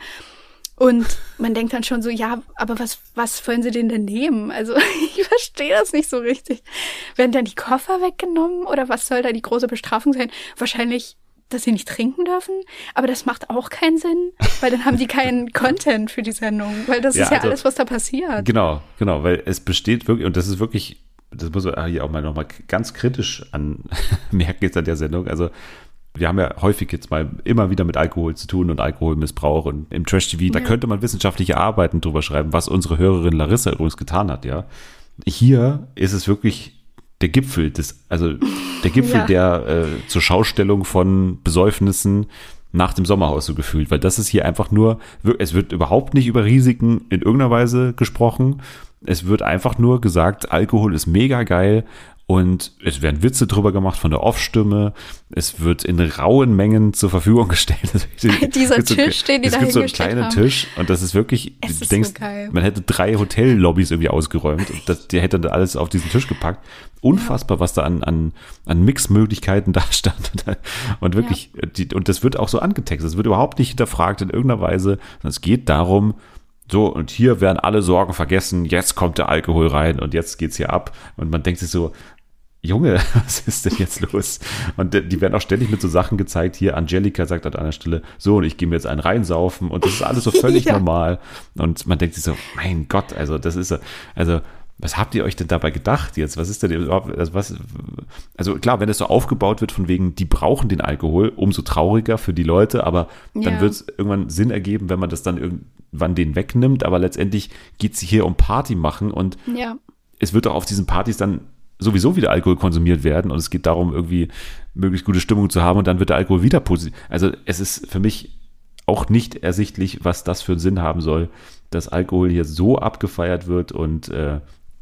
Und man denkt dann schon so, ja, aber was was wollen sie denn denn nehmen? Also ich verstehe das nicht so richtig. Werden dann die Koffer weggenommen oder was soll da die große Bestrafung sein? Wahrscheinlich, dass sie nicht trinken dürfen, aber das macht auch keinen Sinn, weil dann haben die keinen Content für die Sendung, weil das ja, ist ja also, alles, was da passiert. Genau, genau, weil es besteht wirklich, und das ist wirklich, das muss man hier auch mal nochmal ganz kritisch anmerken jetzt an der Sendung, also wir haben ja häufig jetzt mal immer wieder mit Alkohol zu tun und Alkoholmissbrauch und im Trash-T V, da ja. könnte man wissenschaftliche Arbeiten drüber schreiben, was unsere Hörerin Larissa übrigens getan hat, ja. Hier ist es wirklich der Gipfel des, also der Gipfel ja. der äh, zur Schaustellung von Besäufnissen nach dem Sommerhaus so gefühlt, weil das ist hier einfach nur, es wird überhaupt nicht über Risiken in irgendeiner Weise gesprochen, es wird einfach nur gesagt, Alkohol ist mega geil. Und es werden Witze drüber gemacht von der Off-Stimme. Es wird in rauen Mengen zur Verfügung gestellt. Dieser so, Tisch, den die da hingestellt haben. Es gibt so einen kleinen haben. Tisch und das ist wirklich, es du ist denkst, so geil. Man hätte drei Hotellobbys irgendwie ausgeräumt und das, die hätte dann alles auf diesen Tisch gepackt. Unfassbar, ja. was da an, an, an Mixmöglichkeiten da stand. Und wirklich, ja. die, und das wird auch so angetextet. Es wird überhaupt nicht hinterfragt in irgendeiner Weise. Es geht darum, so, und hier werden alle Sorgen vergessen. Jetzt kommt der Alkohol rein und jetzt geht's hier ab. Und man denkt sich so, Junge, was ist denn jetzt los? Und die werden auch ständig mit so Sachen gezeigt. Hier, Angelika sagt an einer Stelle, so, und ich gehe mir jetzt einen reinsaufen. Und das ist alles so völlig ja. normal. Und man denkt sich so, mein Gott, also das ist, also was habt ihr euch denn dabei gedacht jetzt? Was ist denn überhaupt, also was, also klar, wenn es so aufgebaut wird von wegen, die brauchen den Alkohol, umso trauriger für die Leute, aber dann ja. wird es irgendwann Sinn ergeben, wenn man das dann irgendwann denen wegnimmt. Aber letztendlich geht es hier um Party machen und ja. es wird auch auf diesen Partys dann sowieso wieder Alkohol konsumiert werden und es geht darum, irgendwie möglichst gute Stimmung zu haben und dann wird der Alkohol wieder positiv. Also es ist für mich auch nicht ersichtlich, was das für einen Sinn haben soll, dass Alkohol hier so abgefeiert wird und äh,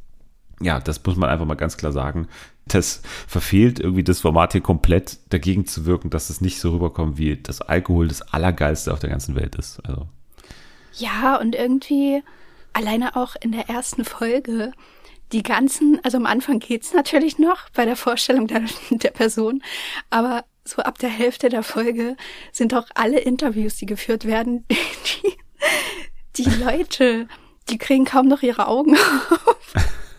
ja, das muss man einfach mal ganz klar sagen. Das verfehlt irgendwie das Format hier komplett, dagegen zu wirken, dass es nicht so rüberkommt, wie das Alkohol das Allergeilste auf der ganzen Welt ist. Also. Ja, und irgendwie alleine auch in der ersten Folge die ganzen, also am Anfang geht's natürlich noch bei der Vorstellung der, der Person, aber so ab der Hälfte der Folge sind auch alle Interviews, die geführt werden, die, die Leute, die kriegen kaum noch ihre Augen auf.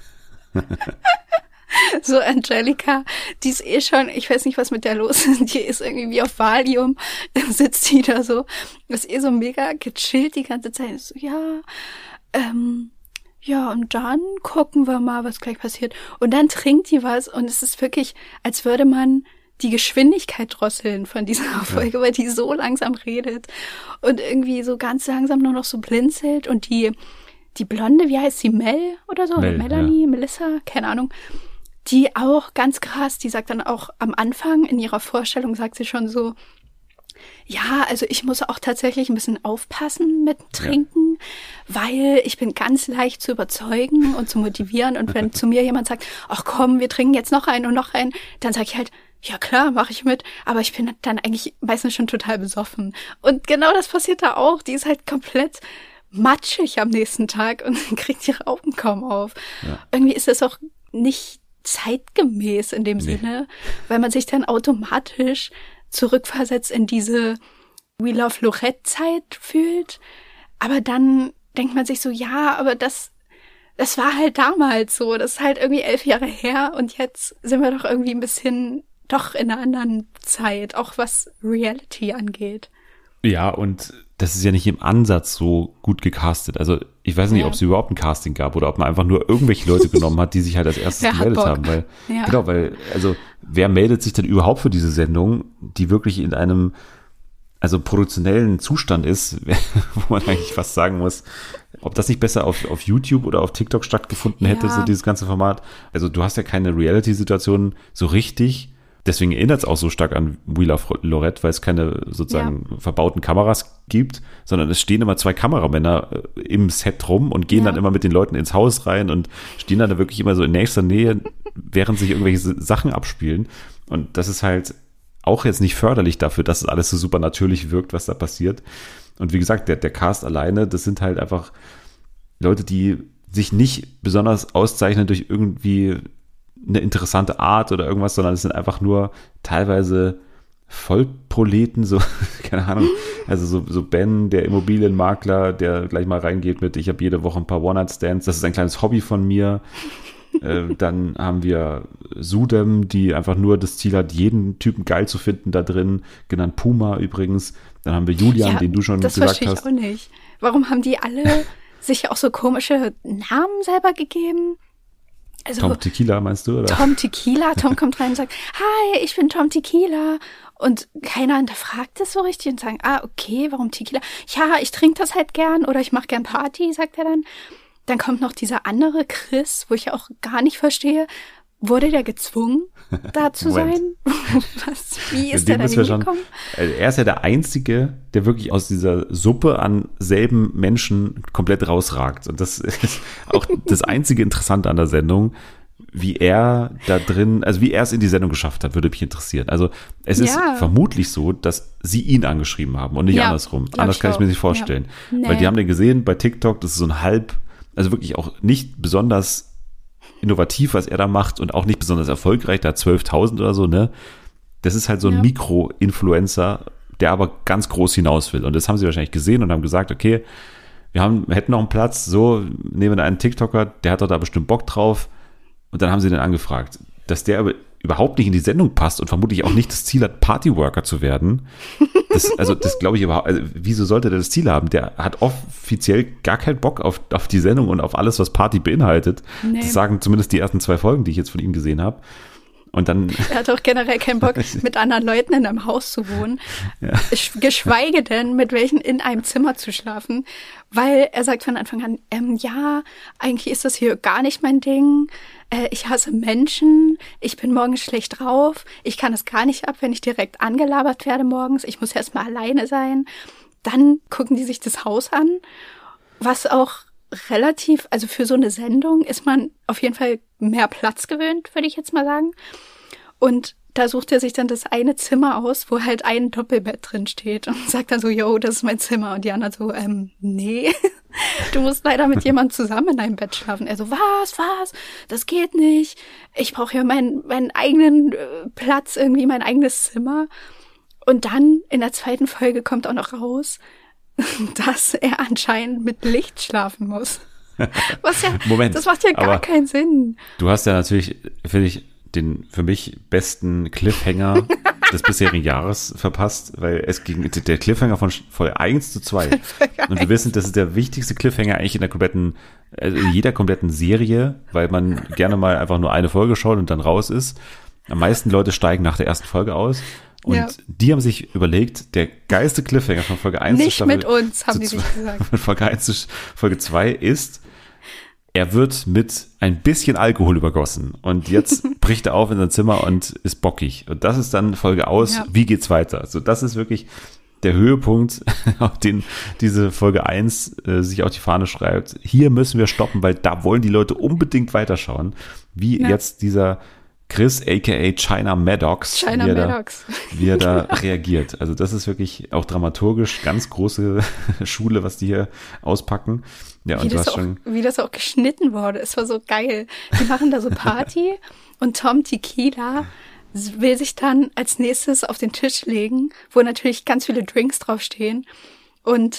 So Angelika, die ist eh schon, ich weiß nicht, was mit der los ist, die ist irgendwie wie auf Valium, dann sitzt die da so, ist eh so mega gechillt die ganze Zeit, so, ja, ähm, ja, und dann gucken wir mal, was gleich passiert. Und dann trinkt die was und es ist wirklich, als würde man die Geschwindigkeit drosseln von dieser Folge, ja. weil die so langsam redet und irgendwie so ganz langsam nur noch so blinzelt und die, die Blonde, wie heißt sie, Mel oder so? Mel, oder Melanie, ja. Melissa, keine Ahnung. Die auch ganz krass, die sagt dann auch am Anfang in ihrer Vorstellung, sagt sie schon so, ja, also ich muss auch tatsächlich ein bisschen aufpassen mit Trinken, ja. weil ich bin ganz leicht zu überzeugen und zu motivieren. Und wenn zu mir jemand sagt, ach komm, wir trinken jetzt noch einen und noch einen, dann sage ich halt, ja klar, mache ich mit. Aber ich bin dann eigentlich meistens schon total besoffen. Und genau das passiert da auch. Die ist halt komplett matschig am nächsten Tag und kriegt ihre Augen kaum auf. Ja. Irgendwie ist das auch nicht zeitgemäß in dem nee. Sinne, weil man sich dann automatisch zurückversetzt in diese We Love Lorette Zeit fühlt, aber dann denkt man sich so, ja, aber das, das war halt damals so. Das ist halt irgendwie elf Jahre her und jetzt sind wir doch irgendwie ein bisschen doch in einer anderen Zeit, auch was Reality angeht. Ja, und das ist ja nicht im Ansatz so gut gecastet. Also ich weiß nicht, Ja. ob es überhaupt ein Casting gab oder ob man einfach nur irgendwelche Leute genommen hat, die sich halt als erstes Wer hat gemeldet Bock? haben. Weil, Ja. Genau, weil, also wer meldet sich denn überhaupt für diese Sendung, die wirklich in einem also produktionellen Zustand ist, wo man eigentlich fast sagen muss, ob das nicht besser auf, auf YouTube oder auf TikTok stattgefunden hätte, Ja. so dieses ganze Format. Also du hast ja keine Reality-Situation so richtig. Deswegen erinnert es auch so stark an Wheel of Lorette, weil es keine sozusagen verbauten Kameras gibt, sondern es stehen immer zwei Kameramänner äh, im Set rum und gehen Ja. dann immer mit den Leuten ins Haus rein und stehen dann da wirklich immer so in nächster Nähe, während sich irgendwelche Sachen abspielen. Und das ist halt auch jetzt nicht förderlich dafür, dass es alles so super natürlich wirkt, was da passiert. Und wie gesagt, der, der Cast alleine, das sind halt einfach Leute, die sich nicht besonders auszeichnen durch irgendwie eine interessante Art oder irgendwas, sondern es sind einfach nur teilweise Vollproleten, so, keine Ahnung, also so, so Ben, der Immobilienmakler, der gleich mal reingeht mit, ich habe jede Woche ein paar One-Night-Stands, das ist ein kleines Hobby von mir. äh, dann haben wir Sudem, die einfach nur das Ziel hat, jeden Typen geil zu finden da drin, genannt Puma übrigens. Dann haben wir Julian, Ja, den du schon das gesagt verstehe ich hast. auch nicht. Warum haben die alle sich auch so komische Namen selber gegeben? Also Tom Tequila meinst du, oder? Tom Tequila, Tom kommt rein und sagt, hi, ich bin Tom Tequila. Und keiner hinterfragt das so richtig und sagt, ah, okay, warum Tequila? Ja, ich trinke das halt gern oder ich mache gern Party, sagt er dann. Dann kommt noch dieser andere Chris, wo ich auch gar nicht verstehe, wurde der gezwungen, da zu Moment. sein? Was, wie ist Den der da müssen wir schon- hingekommen? Also er ist ja der Einzige, der wirklich aus dieser Suppe an selben Menschen komplett rausragt. Und das ist auch das einzige Interessante an der Sendung, wie er da drin, also wie er es in die Sendung geschafft hat, würde mich interessieren. Also es ist Ja. vermutlich so, dass sie ihn angeschrieben haben und nicht Ja, andersrum. glaub Anders ich kann ich mir auch. nicht vorstellen. Ja. Nee. Weil die haben den gesehen bei TikTok, das ist so ein halb, also wirklich auch nicht besonders innovativ, was er da macht und auch nicht besonders erfolgreich, da zwölftausend oder so, ne? Das ist halt so ein Ja. Mikro-Influencer, der aber ganz groß hinaus will. Und das haben sie wahrscheinlich gesehen und haben gesagt, okay, wir haben, wir hätten noch einen Platz, so, nehmen wir einen TikToker, der hat doch da bestimmt Bock drauf. Und dann haben sie den angefragt. Dass der aber überhaupt nicht in die Sendung passt und vermutlich auch nicht das Ziel hat, Partyworker zu werden. Das, also das glaube ich überhaupt, also wieso sollte der das Ziel haben? Der hat offiziell gar keinen Bock auf, auf die Sendung und auf alles, was Party beinhaltet. Nee. Das sagen zumindest die ersten zwei Folgen, die ich jetzt von ihm gesehen habe. Und dann, Er hat auch generell keinen Bock, mit anderen Leuten in einem Haus zu wohnen. Sch- Geschweige denn, mit welchen in einem Zimmer zu schlafen. Weil er sagt von Anfang an, ähm, ja, eigentlich ist das hier gar nicht mein Ding. Äh, ich hasse Menschen. Ich bin morgens schlecht drauf. Ich kann es gar nicht ab, wenn ich direkt angelabert werde morgens. Ich muss erst mal alleine sein. Dann gucken die sich das Haus an, was auch relativ, also für so eine Sendung ist man auf jeden Fall mehr Platz gewöhnt, würde ich jetzt mal sagen. Und da sucht er sich dann das eine Zimmer aus, wo halt ein Doppelbett drin steht und sagt dann so, yo, das ist mein Zimmer. Und die anderen so, ähm, nee, du musst leider mit jemandem zusammen in einem Bett schlafen. Er so, was, was, das geht nicht. Ich brauche ja meinen, meinen eigenen äh, Platz, irgendwie mein eigenes Zimmer. Und dann in der zweiten Folge kommt auch noch raus, dass er anscheinend mit Licht schlafen muss. Was ja, Moment, das macht ja gar aber- keinen Sinn. du hast ja natürlich, finde ich, den für mich besten Cliffhanger des bisherigen Jahres verpasst, weil es ging, der Cliffhanger von Folge eins zu zwei. Und wir wissen, das ist der wichtigste Cliffhanger eigentlich in der kompletten, also in jeder kompletten Serie, weil man gerne mal einfach nur eine Folge schaut und dann raus ist. Am meisten Leute steigen nach der ersten Folge aus. Und Ja. die haben sich überlegt, der geilste Cliffhanger von Folge eins zu Nicht Staffel mit uns, haben zu die sich zwei- gesagt. Von Folge eins zu Folge zwei ist, er wird mit ein bisschen Alkohol übergossen und jetzt bricht er auf in sein Zimmer und ist bockig. Und das ist dann Folge aus, Ja. wie geht's weiter? Also das ist wirklich der Höhepunkt, auf den diese Folge eins äh, sich auf die Fahne schreibt. Hier müssen wir stoppen, weil da wollen die Leute unbedingt weiterschauen. Wie Ja. jetzt dieser Chris, aka China Maddox, China wie, er da, Maddox. wie er da reagiert. Also das ist wirklich auch dramaturgisch ganz große Schule, was die hier auspacken. Ja, Wie und du das, hast auch, schon, wie das auch geschnitten wurde. Es war so geil. Die machen da so Party und Tom Tequila will sich dann als nächstes auf den Tisch legen, wo natürlich ganz viele Drinks draufstehen. Und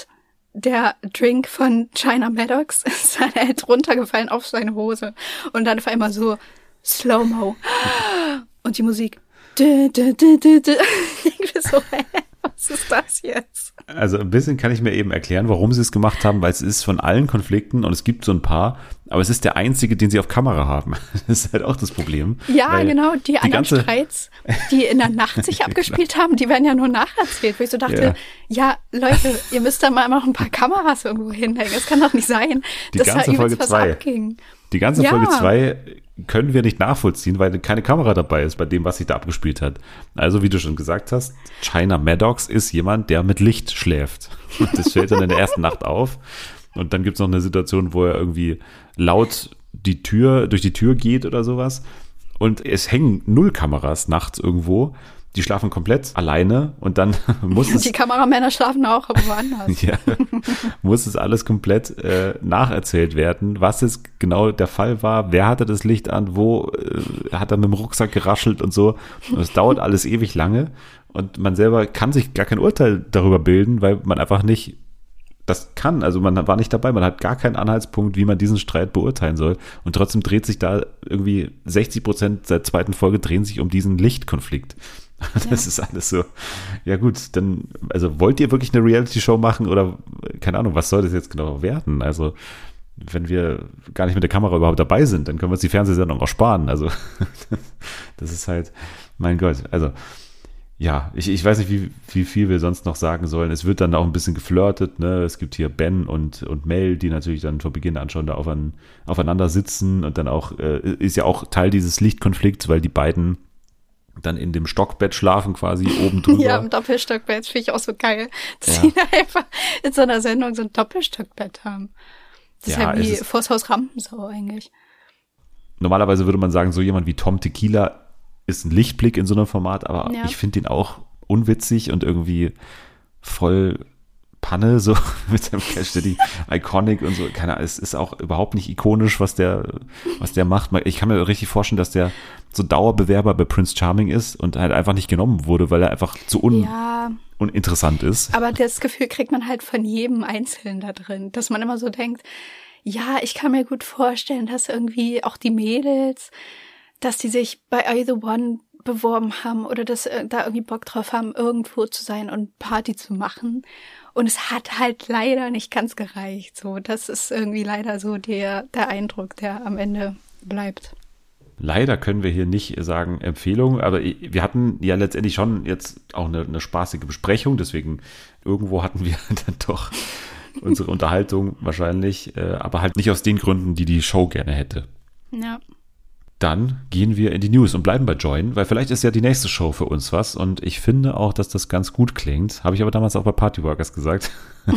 der Drink von China Maddox ist dann halt runtergefallen auf seine Hose. Und dann auf einmal so Slow-Mo. Und die Musik. Dü, dü, dü, dü, dü. Ich bin so, hä, was ist das jetzt? Also ein bisschen kann ich mir eben erklären, warum sie es gemacht haben, weil es ist von allen Konflikten und es gibt so ein paar, aber es ist der einzige, den sie auf Kamera haben. Das ist halt auch das Problem. Ja, genau, die, die anderen ganze Streits, die in der Nacht sich abgespielt haben, die werden ja nur nacherzählt, wo ich so dachte, ja, ja Leute, ihr müsst da mal noch ein paar Kameras irgendwo hinhängen. Das kann doch nicht sein, die dass ganze da Folge übelst was zwei. abging. Die ganze Ja. Folge zwei können wir nicht nachvollziehen, weil keine Kamera dabei ist bei dem, was sich da abgespielt hat. Also, wie du schon gesagt hast, China Maddox ist jemand, der mit Licht schläft. Und das fällt dann in der ersten Nacht auf. Und dann gibt es noch eine Situation, wo er irgendwie laut die Tür, durch die Tür geht oder sowas. Und es hängen null Kameras nachts irgendwo. Die schlafen komplett alleine und dann muss es... Die Kameramänner schlafen auch, aber woanders. Ja, muss es alles komplett äh, nacherzählt werden, was es genau der Fall war, wer hatte das Licht an, wo äh, hat er mit dem Rucksack geraschelt und so. Und es dauert alles ewig lange und man selber kann sich gar kein Urteil darüber bilden, weil man einfach nicht das kann. Also man war nicht dabei, man hat gar keinen Anhaltspunkt, wie man diesen Streit beurteilen soll. Und trotzdem dreht sich da irgendwie sechzig Prozent der zweiten Folge drehen sich um diesen Lichtkonflikt. Das ja. ist alles so, ja gut, dann, also wollt ihr wirklich eine Reality-Show machen oder, keine Ahnung, was soll das jetzt genau werden? Also, wenn wir gar nicht mit der Kamera überhaupt dabei sind, dann können wir uns die Fernsehsendung auch sparen. Also, das ist halt, mein Gott, also, ja, ich, ich weiß nicht, wie, wie viel wir sonst noch sagen sollen. Es wird dann auch ein bisschen geflirtet, ne? Es gibt hier Ben und, und Mel, die natürlich dann von Beginn an schon da aufan, aufeinander sitzen und dann auch, äh, ist ja auch Teil dieses Lichtkonflikts, weil die beiden dann in dem Stockbett schlafen quasi oben drüber. Ja, im Doppelstockbett finde ich auch so geil, dass Ja. sie da einfach in so einer Sendung so ein Doppelstockbett haben. Das ist Ja, ja wie es ist- vors Haus Rampensau eigentlich. Normalerweise würde man sagen, so jemand wie Tom Tequila ist ein Lichtblick in so einem Format, aber Ja. ich finde ihn auch unwitzig und irgendwie voll Panne, so mit seinem Cash Daddy Iconic und so. Keine Ahnung, es ist auch überhaupt nicht ikonisch, was der, was der macht. Ich kann mir richtig vorstellen, dass der so Dauerbewerber bei Prince Charming ist und halt einfach nicht genommen wurde, weil er einfach zu un, Ja, uninteressant ist. aber das Gefühl kriegt man halt von jedem Einzelnen da drin, dass man immer so denkt, ja, ich kann mir gut vorstellen, dass irgendwie auch die Mädels, dass die sich bei Are You The One beworben haben oder dass äh, da irgendwie Bock drauf haben, irgendwo zu sein und Party zu machen. Und es hat halt leider nicht ganz gereicht. So, das ist irgendwie leider so der, der Eindruck, der am Ende bleibt. Leider können wir hier nicht sagen Empfehlung, aber wir hatten ja letztendlich schon jetzt auch eine, eine spaßige Besprechung, deswegen irgendwo hatten wir dann doch unsere Unterhaltung wahrscheinlich, äh, aber halt nicht aus den Gründen, die die Show gerne hätte. Ja. Dann gehen wir in die News und bleiben bei Join, weil vielleicht ist ja die nächste Show für uns was und ich finde auch, dass das ganz gut klingt. Habe ich aber damals auch bei Partyworkers gesagt.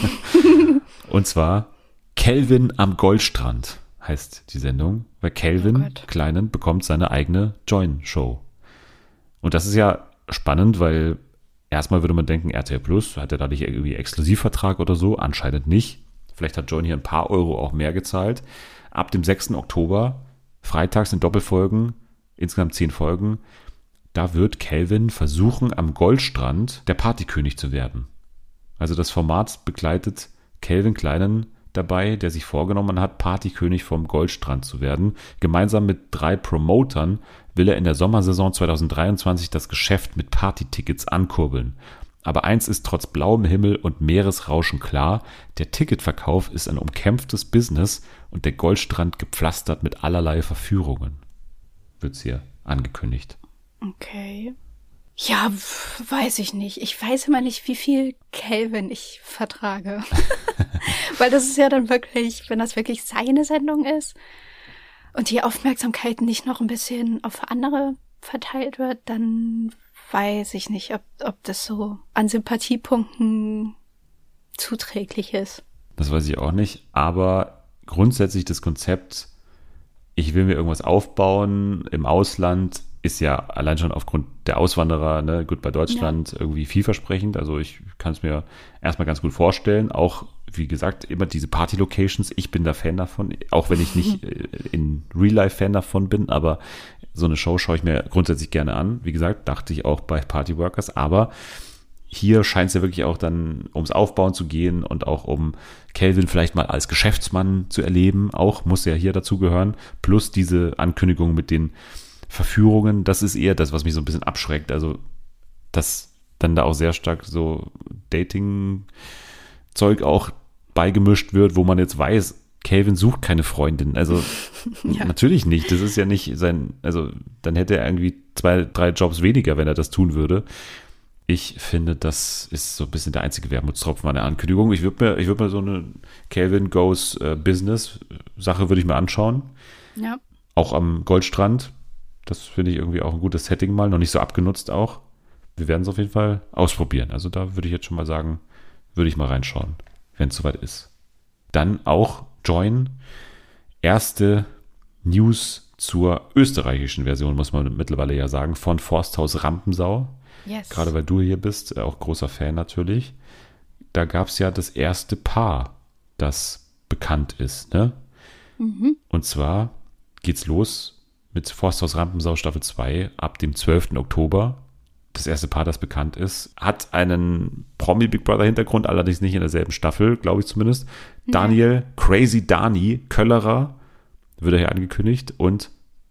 Und zwar Kelvin am Goldstrand heißt die Sendung, weil Kelvin Oh Gott. Kleinen bekommt seine eigene Join-Show. Und das ist ja spannend, weil erstmal würde man denken, R T L Plus, hat er da nicht irgendwie Exklusivvertrag oder so? Anscheinend nicht. Vielleicht hat Join hier ein paar Euro auch mehr gezahlt. Ab dem sechsten Oktober freitags in Doppelfolgen, insgesamt zehn Folgen, da wird Kelvin versuchen, am Goldstrand der Partykönig zu werden. Also das Format begleitet Kelvin Kleinen dabei, der sich vorgenommen hat, Partykönig vom Goldstrand zu werden. Gemeinsam mit drei Promotern will er in der Sommersaison zwanzig dreiundzwanzig das Geschäft mit Partytickets ankurbeln. Aber eins ist trotz blauem Himmel und Meeresrauschen klar, der Ticketverkauf ist ein umkämpftes Business und der Goldstrand gepflastert mit allerlei Verführungen. Wird's hier angekündigt. Okay. Ja, pf, weiß ich nicht. Ich weiß immer nicht, wie viel Kelvin ich vertrage. Weil das ist ja dann wirklich, wenn das wirklich seine Sendung ist und die Aufmerksamkeit nicht noch ein bisschen auf andere verteilt wird, dann weiß ich nicht, ob, ob das so an Sympathiepunkten zuträglich ist. Das weiß ich auch nicht, aber grundsätzlich das Konzept, ich will mir irgendwas aufbauen im Ausland, ist ja allein schon aufgrund der Auswanderer, ne, gut bei Deutschland, ja, irgendwie vielversprechend. Also ich kann es mir erstmal ganz gut vorstellen. Auch, wie gesagt, immer diese Party-Locations. Ich bin da Fan davon, auch wenn ich nicht in Real-Life Fan davon bin, aber so eine Show schaue ich mir grundsätzlich gerne an. Wie gesagt, dachte ich auch bei Partyworkers. Aber hier scheint es ja wirklich auch dann ums Aufbauen zu gehen und auch um Calvin vielleicht mal als Geschäftsmann zu erleben. Auch muss ja hier dazugehören. Plus diese Ankündigung mit den Verführungen. Das ist eher das, was mich so ein bisschen abschreckt. Also, dass dann da auch sehr stark so Dating-Zeug auch beigemischt wird, wo man jetzt weiß, Calvin sucht keine Freundin. Also ja. Natürlich nicht. Das ist ja nicht sein, also dann hätte er irgendwie zwei, drei Jobs weniger, wenn er das tun würde. Ich finde, das ist so ein bisschen der einzige Wermutstropfen an der Ankündigung. Ich würde mir, ich würde mir so eine Calvin Goes uh, Business Sache würde ich mir anschauen. Ja. Auch am Goldstrand. Das finde ich irgendwie auch ein gutes Setting mal. Noch nicht so abgenutzt auch. Wir werden es auf jeden Fall ausprobieren. Also da würde ich jetzt schon mal sagen, würde ich mal reinschauen, wenn es soweit ist. Dann auch Join. Erste News zur österreichischen Version, muss man mittlerweile ja sagen, von Forsthaus Rampensau. Yes. Gerade weil du hier bist, auch großer Fan natürlich. Da gab es ja das erste Paar, das bekannt ist. Ne? Mhm. Und zwar geht's los mit Forsthaus Rampensau Staffel zwei ab dem zwölften Oktober. Das erste Paar, das bekannt ist, hat einen Promi-Big Brother-Hintergrund, allerdings nicht in derselben Staffel, glaube ich zumindest. Ja. Daniel Crazy Dani Köllerer, wird er hier angekündigt, und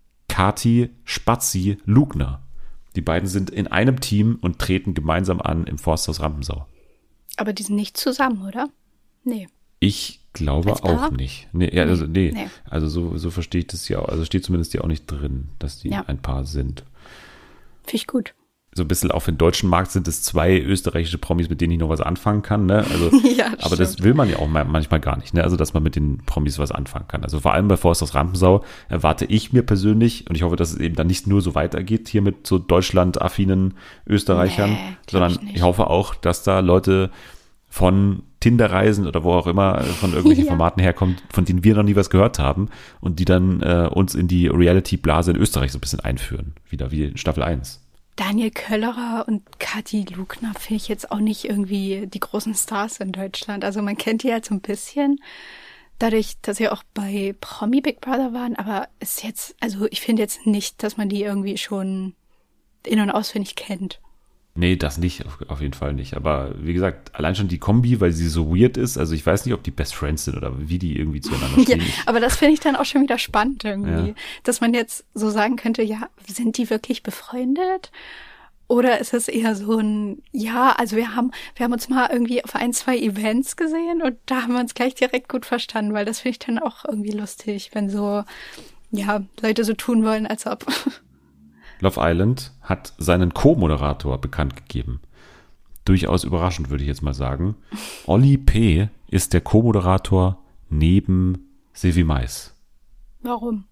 Kati Spazi Lugner. Die beiden sind in einem Team und treten gemeinsam an im Forsthaus Rampensau. Aber die sind nicht zusammen, oder? Nee. Ich glaube auch nicht. Nee, ja, also, nee. nee. Also so, so verstehe ich das ja auch. Also steht zumindest ja auch nicht drin, dass die ja. ein Paar sind. Finde ich gut. So ein bisschen auf dem deutschen Markt sind es zwei österreichische Promis, mit denen ich noch was anfangen kann. Ne? Also, ja, aber stimmt. Das will man ja auch manchmal gar nicht. Ne? Also, dass man mit den Promis was anfangen kann. Also vor allem bei Forsthaus Rampensau erwarte ich mir persönlich, und ich hoffe, dass es eben dann nicht nur so weitergeht hier mit so Deutschland-affinen Österreichern, nee, sondern ich, ich hoffe auch, dass da Leute von Tinder-Reisen oder wo auch immer von irgendwelchen ja. Formaten herkommen, von denen wir noch nie was gehört haben und die dann äh, uns in die Reality-Blase in Österreich so ein bisschen einführen. Wieder wie in Staffel eins. Daniel Köllerer und Kati Lugner finde ich jetzt auch nicht irgendwie die großen Stars in Deutschland. Also man kennt die halt so ein bisschen, dadurch, dass sie auch bei Promi Big Brother waren, aber ist jetzt, also ich finde jetzt nicht, dass man die irgendwie schon in- und auswendig kennt. Nee, das nicht, auf, auf jeden Fall nicht. Aber wie gesagt, allein schon die Kombi, weil sie so weird ist, also ich weiß nicht, ob die Best Friends sind oder wie die irgendwie zueinander stehen. Ja, aber das finde ich dann auch schon wieder spannend irgendwie, ja. Dass man jetzt so sagen könnte, ja, sind die wirklich befreundet? Oder ist es eher so ein, ja, also wir haben, wir haben uns mal irgendwie auf ein, zwei Events gesehen und da haben wir uns gleich direkt gut verstanden, weil das finde ich dann auch irgendwie lustig, wenn so, ja, Leute so tun wollen, als ob. Love Island hat seinen Co-Moderator bekannt gegeben. Durchaus überraschend, würde ich jetzt mal sagen. Olli P. ist der Co-Moderator neben Silvi Mais. Warum?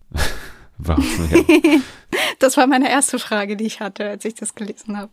Warum? Ja. Das war meine erste Frage, die ich hatte, als ich das gelesen habe.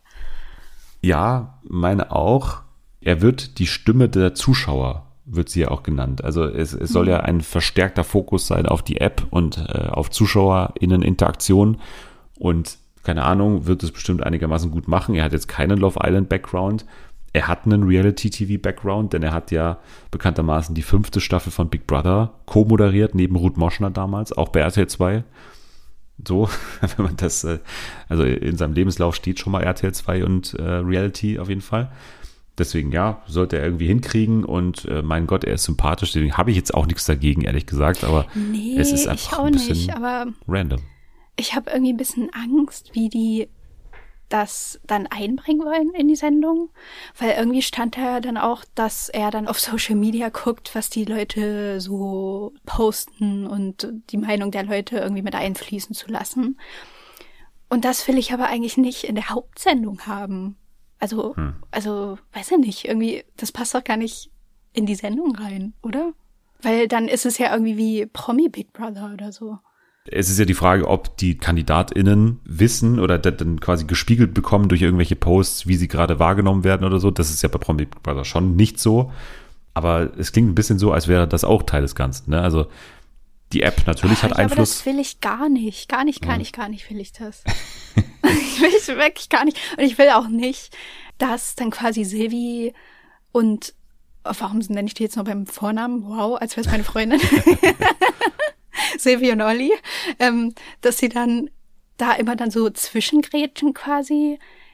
Ja, meine auch. Er wird die Stimme der Zuschauer, wird sie ja auch genannt. Also es, es soll mhm. ja ein verstärkter Fokus sein auf die App und äh, auf ZuschauerInnen-Interaktion. Und keine Ahnung, wird es bestimmt einigermaßen gut machen. Er hat jetzt keinen Love Island-Background. Er hat einen Reality-T V-Background, denn er hat ja bekanntermaßen die fünfte Staffel von Big Brother co-moderiert, neben Ruth Moschner damals, auch bei R T L zwei. So, wenn man das, also in seinem Lebenslauf steht schon mal R T L zwei und äh, Reality auf jeden Fall. Deswegen, ja, sollte er irgendwie hinkriegen und äh, mein Gott, er ist sympathisch, deswegen habe ich jetzt auch nichts dagegen, ehrlich gesagt, aber nee, es ist einfach ich auch ein bisschen nicht, aber random. Ich habe irgendwie ein bisschen Angst, wie die das dann einbringen wollen in die Sendung, weil irgendwie stand da ja dann auch, dass er dann auf Social Media guckt, was die Leute so posten und die Meinung der Leute irgendwie mit einfließen zu lassen. Und das will ich aber eigentlich nicht in der Hauptsendung haben. Also, hm. also, weiß ich nicht, irgendwie, das passt doch gar nicht in die Sendung rein, oder? Weil dann ist es ja irgendwie wie Promi Big Brother oder so. Es ist ja die Frage, ob die KandidatInnen wissen oder dann quasi gespiegelt bekommen durch irgendwelche Posts, wie sie gerade wahrgenommen werden oder so. Das ist ja bei Promi Big Brother schon nicht so. Aber es klingt ein bisschen so, als wäre das auch Teil des Ganzen. Ne? Also die App natürlich oh, hat ja, Einfluss. Aber das will ich gar nicht. Gar nicht, gar ja. nicht, gar nicht will ich das. Ich will es wirklich gar nicht. Und ich will auch nicht, dass dann quasi Silvi und oh, warum nenne ich die jetzt noch beim Vornamen? Wow, als wäre es meine Freundin. Silvi und Olli, ähm, dass sie dann da immer dann so zwischengrätschen quasi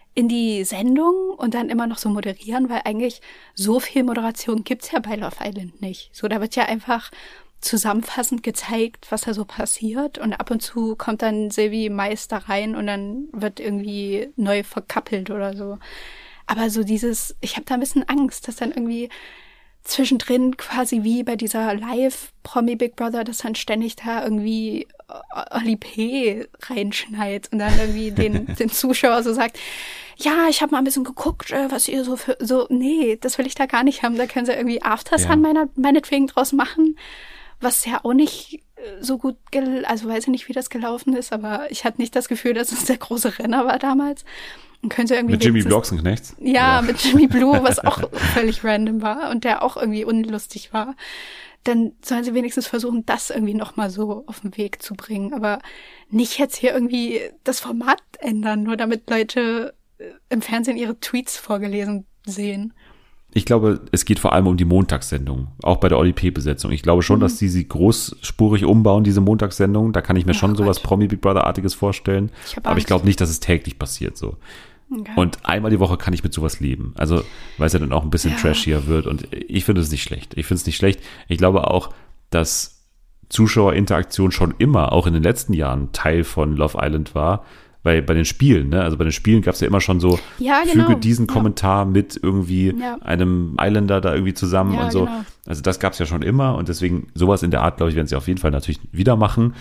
in die Sendung und dann immer noch so moderieren, weil eigentlich so viel Moderation gibt's ja bei Love Island nicht. So, da wird ja einfach zusammenfassend gezeigt, was da so passiert und ab und zu kommt dann Silvi Meister rein und dann wird irgendwie neu verkappelt oder so. Aber so dieses, ich habe da ein bisschen Angst, dass dann irgendwie zwischendrin quasi wie bei dieser Live-Promi Big Brother, dass dann ständig da irgendwie Oli P. reinschneit und dann irgendwie den, den Zuschauer so sagt, ja, ich habe mal ein bisschen geguckt, was ihr so für, so, nee, das will ich da gar nicht haben. Da können sie irgendwie Aftersun ja. meiner, meinetwegen draus machen, was ja auch nicht so gut, gel- also weiß ich nicht, wie das gelaufen ist, aber ich hatte nicht das Gefühl, dass es der große Renner war damals. Und könnte irgendwie mit Jimmy Bloxenknecht? Ja, ja, mit Jimmy Blue, was auch völlig random war und der auch irgendwie unlustig war. Dann sollen sie wenigstens versuchen, das irgendwie nochmal so auf den Weg zu bringen. Aber nicht jetzt hier irgendwie das Format ändern, nur damit Leute im Fernsehen ihre Tweets vorgelesen sehen. Ich glaube, es geht vor allem um die Montagssendung, auch bei der Oli P-Besetzung. Ich glaube schon, mhm. dass die sie großspurig umbauen, diese Montagssendung. Da kann ich mir oh schon Gott. sowas Promi-Big Brother-artiges vorstellen. Ich Aber ich glaube nicht, dass es täglich passiert so. Okay. Und einmal die Woche kann ich mit sowas leben. Also, weil es ja dann auch ein bisschen ja. trashier wird. Und ich finde es nicht schlecht. Ich finde es nicht schlecht. Ich glaube auch, dass Zuschauerinteraktion schon immer, auch in den letzten Jahren, Teil von Love Island war. Weil bei den Spielen, ne, also bei den Spielen gab es ja immer schon so, ja, genau. füge diesen ja. Kommentar mit irgendwie ja. einem Islander da irgendwie zusammen ja, und so. Genau. Also das gab es ja schon immer und deswegen sowas in der Art, glaube ich, werden sie auf jeden Fall natürlich wieder machen.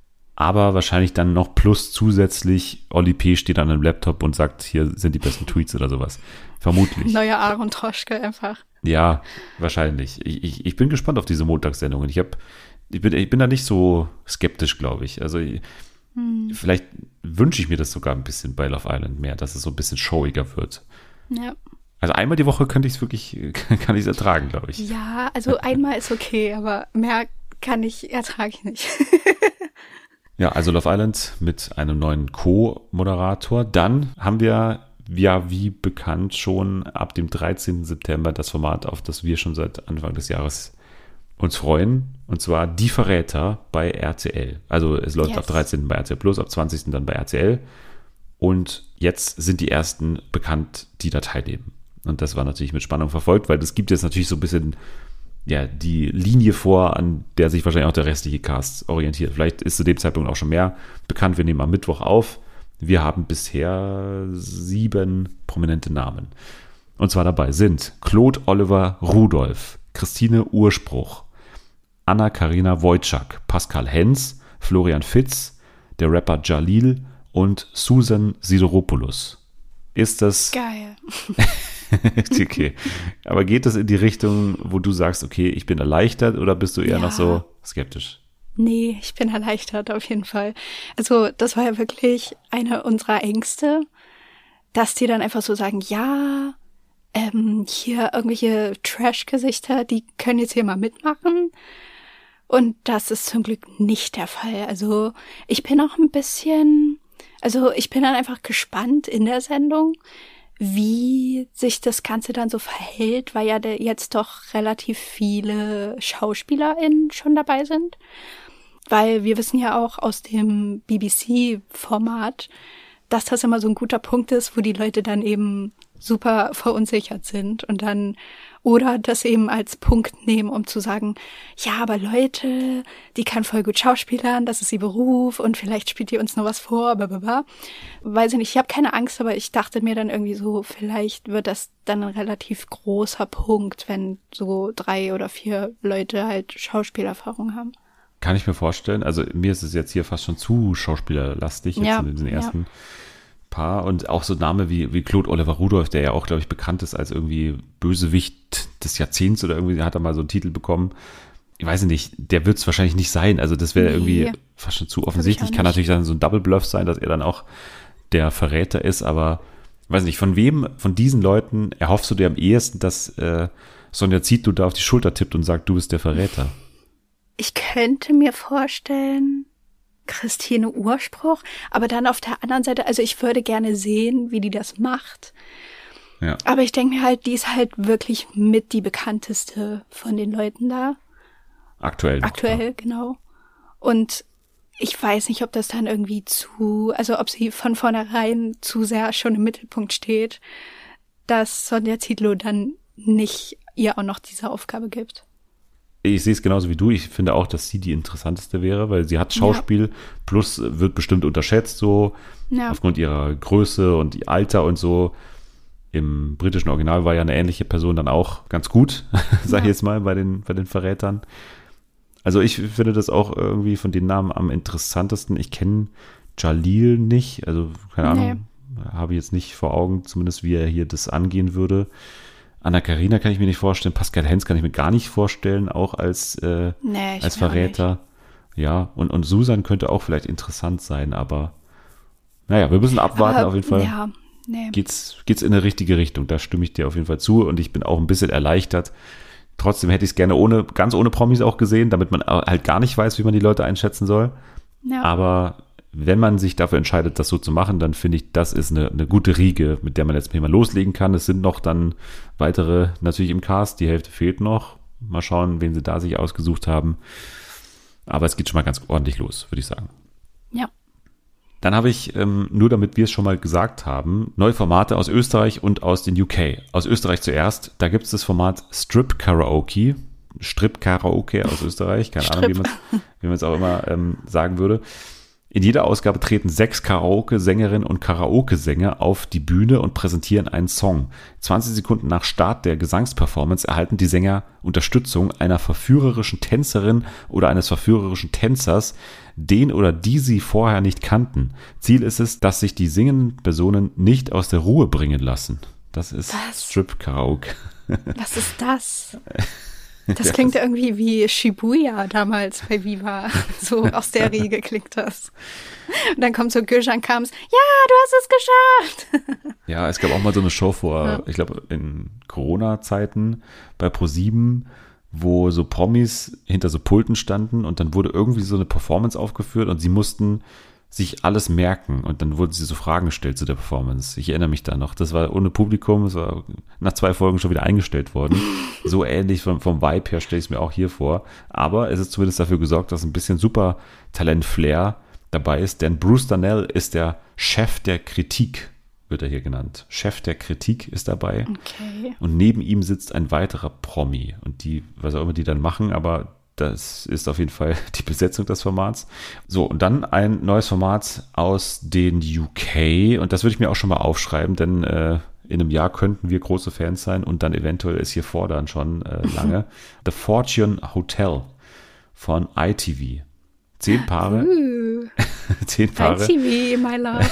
Aber wahrscheinlich dann noch plus zusätzlich, Oli P. steht an einem Laptop und sagt, hier sind die besten Tweets oder sowas. Vermutlich. Neuer Aaron Troschke einfach. Ja, wahrscheinlich. Ich, ich, ich bin gespannt auf diese Montagssendungen. Ich, hab, ich, bin, ich bin da nicht so skeptisch, glaube ich. Also ich, hm. vielleicht wünsche ich mir das sogar ein bisschen bei Love Island mehr, dass es so ein bisschen showiger wird. Ja. Also einmal die Woche könnte ich es wirklich, kann ich es ertragen, glaube ich. Ja, also einmal ist okay, aber mehr kann ich, ertrage ich nicht. Ja, also Love Island mit einem neuen Co-Moderator. Dann haben wir ja, wie bekannt, schon ab dem dreizehnten September das Format, auf das wir schon seit Anfang des Jahres uns freuen. Und zwar Die Verräter bei R T L. Also es läuft yes. ab dreizehnten bei R T L Plus, ab zwanzigsten dann bei R T L. Und jetzt sind die ersten bekannt, die da teilnehmen. Und das war natürlich mit Spannung verfolgt, weil das gibt jetzt natürlich so ein bisschen ja, die Linie vor, an der sich wahrscheinlich auch der restliche Cast orientiert. Vielleicht ist zu dem Zeitpunkt auch schon mehr bekannt. Wir nehmen am Mittwoch auf. Wir haben bisher sieben prominente Namen. Und zwar dabei sind Claude Oliver Rudolph, Christine Urspruch, Anna-Karina Wojcik, Pascal Hens, Florian Fitz, der Rapper Jalil und Susan Sideropoulos. Ist das... Geil. Okay. Aber geht das in die Richtung, wo du sagst, okay, ich bin erleichtert, oder bist du eher ja. noch so skeptisch? Nee, ich bin erleichtert auf jeden Fall. Also das war ja wirklich eine unserer Ängste, dass die dann einfach so sagen, ja, ähm, hier irgendwelche Trash-Gesichter, die können jetzt hier mal mitmachen. Und das ist zum Glück nicht der Fall. Also ich bin auch ein bisschen, also ich bin dann einfach gespannt in der Sendung, wie sich das Ganze dann so verhält, weil ja jetzt doch relativ viele SchauspielerInnen schon dabei sind. Weil wir wissen ja auch aus dem B B C-Format, dass das immer so ein guter Punkt ist, wo die Leute dann eben super verunsichert sind und dann oder das eben als Punkt nehmen, um zu sagen, ja, aber Leute, die kann voll gut schauspielern, das ist ihr Beruf und vielleicht spielt die uns noch was vor, blablabla. Weiß ich nicht, ich habe keine Angst, aber ich dachte mir dann irgendwie so, vielleicht wird das dann ein relativ großer Punkt, wenn so drei oder vier Leute halt Schauspielerfahrung haben. Kann ich mir vorstellen. Also mir ist es jetzt hier fast schon zu schauspielerlastig, jetzt ja, in den ersten ja. Paar. Und auch so Name wie, wie Claude Oliver Rudolph, der ja auch, glaube ich, bekannt ist als irgendwie Bösewicht des Jahrzehnts oder irgendwie hat er mal so einen Titel bekommen. Ich weiß nicht, der wird es wahrscheinlich nicht sein. Also das wäre nee, irgendwie fast schon zu offensichtlich. Kann natürlich dann so ein Double Bluff sein, dass er dann auch der Verräter ist. Aber ich weiß nicht, von wem, von diesen Leuten erhoffst du dir am ehesten, dass äh, Sonja Zietlow da auf die Schulter tippt und sagt, du bist der Verräter? Ich könnte mir vorstellen, Christine Urspruch, aber dann auf der anderen Seite, also ich würde gerne sehen, wie die das macht. Ja. Aber ich denke mir halt, die ist halt wirklich mit die bekannteste von den Leuten da. Aktuell. Aktuell, ja. Genau. Und ich weiß nicht, ob das dann irgendwie zu, also ob sie von vornherein zu sehr schon im Mittelpunkt steht, dass Sonja Zietlow dann nicht ihr auch noch diese Aufgabe gibt. Ich sehe es genauso wie du. Ich finde auch, dass sie die interessanteste wäre, weil sie hat Schauspiel, ja. plus wird bestimmt unterschätzt so, ja. aufgrund ihrer Größe und ihr Alter und so. Im britischen Original war ja eine ähnliche Person dann auch ganz gut, sag ich ja. jetzt mal, bei den, bei den Verrätern. Also ich finde das auch irgendwie von den Namen am interessantesten. Ich kenne Jalil nicht, also keine Ahnung, nee. habe ich jetzt nicht vor Augen, zumindest wie er hier das angehen würde. Anna-Karina kann ich mir nicht vorstellen. Pascal Hens kann ich mir gar nicht vorstellen, auch als, äh, nee, als Verräter. Ja, und, und Susan könnte auch vielleicht interessant sein, aber naja, wir müssen abwarten aber, auf jeden Fall. Ja, nee. Geht's, geht's in eine richtige Richtung, da stimme ich dir auf jeden Fall zu und ich bin auch ein bisschen erleichtert. Trotzdem hätte ich es gerne ohne, ganz ohne Promis auch gesehen, damit man halt gar nicht weiß, wie man die Leute einschätzen soll. Ja. Aber wenn man sich dafür entscheidet, das so zu machen, dann finde ich, das ist eine, eine gute Riege, mit der man jetzt mal loslegen kann. Es sind noch dann weitere natürlich im Cast, die Hälfte fehlt noch. Mal schauen, wen sie da sich ausgesucht haben. Aber es geht schon mal ganz ordentlich los, würde ich sagen. Ja. Dann habe ich, ähm, nur damit wir es schon mal gesagt haben, neue Formate aus Österreich und aus den U K. Aus Österreich zuerst, da gibt es das Format Strip Karaoke. Strip Karaoke aus Österreich, keine Ahnung, wie man wie man es auch immer ähm, sagen würde. In jeder Ausgabe treten sechs Karaoke-Sängerinnen und Karaoke-Sänger auf die Bühne und präsentieren einen Song. zwanzig Sekunden nach Start der Gesangsperformance erhalten die Sänger Unterstützung einer verführerischen Tänzerin oder eines verführerischen Tänzers, den oder die sie vorher nicht kannten. Ziel ist es, dass sich die singenden Personen nicht aus der Ruhe bringen lassen. Das ist Was? Strip-Karaoke. Was ist das? Das klingt irgendwie wie Shibuya damals bei Viva. So aus der Riege klingt das. Und dann kommt so Gülcan Kams. Ja, du hast es geschafft. Ja, es gab auch mal so eine Show vor, Ja. ich glaube in Corona-Zeiten bei ProSieben, wo so Promis hinter so Pulten standen und dann wurde irgendwie so eine Performance aufgeführt und sie mussten sich alles merken und dann wurden sie so Fragen gestellt zu der Performance. Ich erinnere mich da noch. Das war ohne Publikum, es war nach zwei Folgen schon wieder eingestellt worden. So ähnlich vom, vom Vibe her stelle ich es mir auch hier vor. Aber es ist zumindest dafür gesorgt, dass ein bisschen super Talent-Flair dabei ist, denn Bruce Darnell ist der Chef der Kritik, wird er hier genannt. Chef der Kritik ist dabei. Okay. Und neben ihm sitzt ein weiterer Promi. Und die, was auch immer die dann machen, aber das ist auf jeden Fall die Besetzung des Formats. So, und dann ein neues Format aus den U K. Und das würde ich mir auch schon mal aufschreiben, denn äh, in einem Jahr könnten wir große Fans sein und dann eventuell es hier fordern schon äh, lange. The Fortune Hotel von I T V. Zehn Paare. Uh, Zehn Paare. I T V, my love.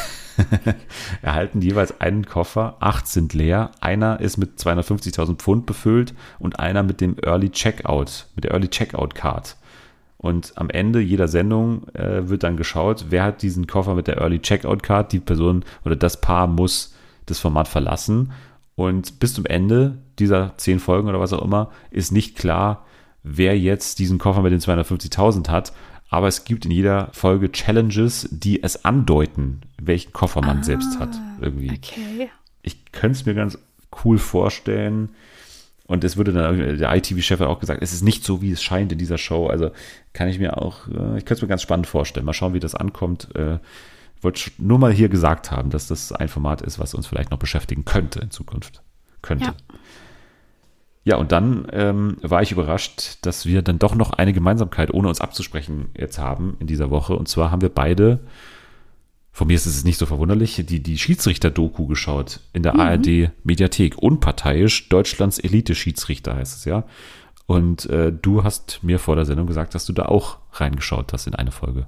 Erhalten jeweils einen Koffer, acht sind leer, einer ist mit zweihundertfünfzigtausend Pfund befüllt und einer mit dem Early Checkout, mit der Early Checkout Card. Und am Ende jeder Sendung äh, wird dann geschaut, wer hat diesen Koffer mit der Early Checkout Card, die Person oder das Paar muss das Format verlassen und bis zum Ende dieser zehn Folgen oder was auch immer ist nicht klar, wer jetzt diesen Koffer mit den zweihundertfünfzigtausend hat. Aber es gibt in jeder Folge Challenges, die es andeuten, welchen Koffer man ah, selbst hat. Irgendwie. Okay. Ich könnte es mir ganz cool vorstellen. Und es würde dann, der I T V-Chef hat auch gesagt, es ist nicht so, wie es scheint in dieser Show. Also kann ich mir auch, ich könnte es mir ganz spannend vorstellen. Mal schauen, wie das ankommt. Ich wollte nur mal hier gesagt haben, dass das ein Format ist, was uns vielleicht noch beschäftigen könnte in Zukunft. Könnte. Ja. Ja, und dann ähm, war ich überrascht, dass wir dann doch noch eine Gemeinsamkeit, ohne uns abzusprechen, jetzt haben in dieser Woche. Und zwar haben wir beide, von mir ist es nicht so verwunderlich, die, die Schiedsrichter-Doku geschaut in der mhm. A R D-Mediathek. Unparteiisch, Deutschlands Elite-Schiedsrichter heißt es ja. Und äh, du hast mir vor der Sendung gesagt, dass du da auch reingeschaut hast in eine Folge.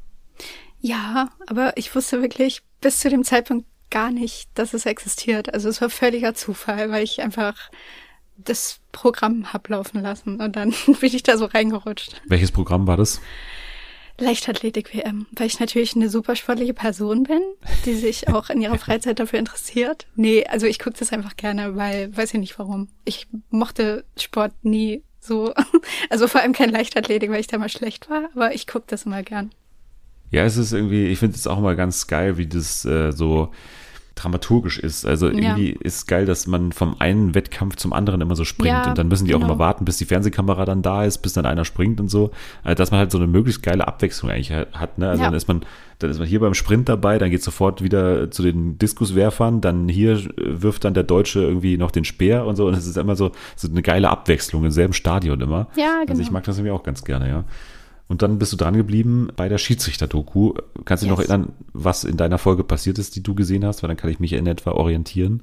Ja, aber ich wusste wirklich bis zu dem Zeitpunkt gar nicht, dass es existiert. Also es war völliger Zufall, weil ich einfach das Programm hab laufen lassen und dann bin ich da so reingerutscht. Welches Programm war das? Leichtathletik-W M, weil ich natürlich eine super sportliche Person bin, die sich auch in ihrer Freizeit dafür interessiert. Nee, also ich gucke das einfach gerne, weil, weiß ich nicht warum. Ich mochte Sport nie so, also vor allem kein Leichtathletik, weil ich da mal schlecht war, aber ich gucke das immer gern. Ja, es ist irgendwie, ich finde es auch immer ganz geil, wie das äh, so dramaturgisch ist. Also irgendwie Ja. ist geil, dass man vom einen Wettkampf zum anderen immer so springt Ja, und dann müssen die auch genau. immer warten, bis die Fernsehkamera dann da ist, bis dann einer springt und so. Also dass man halt so eine möglichst geile Abwechslung eigentlich hat. Ne? Also Ja. dann ist man, dann ist man hier beim Sprint dabei, dann geht sofort wieder zu den Diskuswerfern, dann hier wirft dann der Deutsche irgendwie noch den Speer und so. Und es ist immer so, so eine geile Abwechslung im selben Stadion immer. Ja, genau. Also ich mag das irgendwie auch ganz gerne, ja. Und dann bist du dran geblieben bei der Schiedsrichter-Doku. Kannst du dich noch Yes. erinnern, was in deiner Folge passiert ist, die du gesehen hast? Weil dann kann ich mich in etwa orientieren.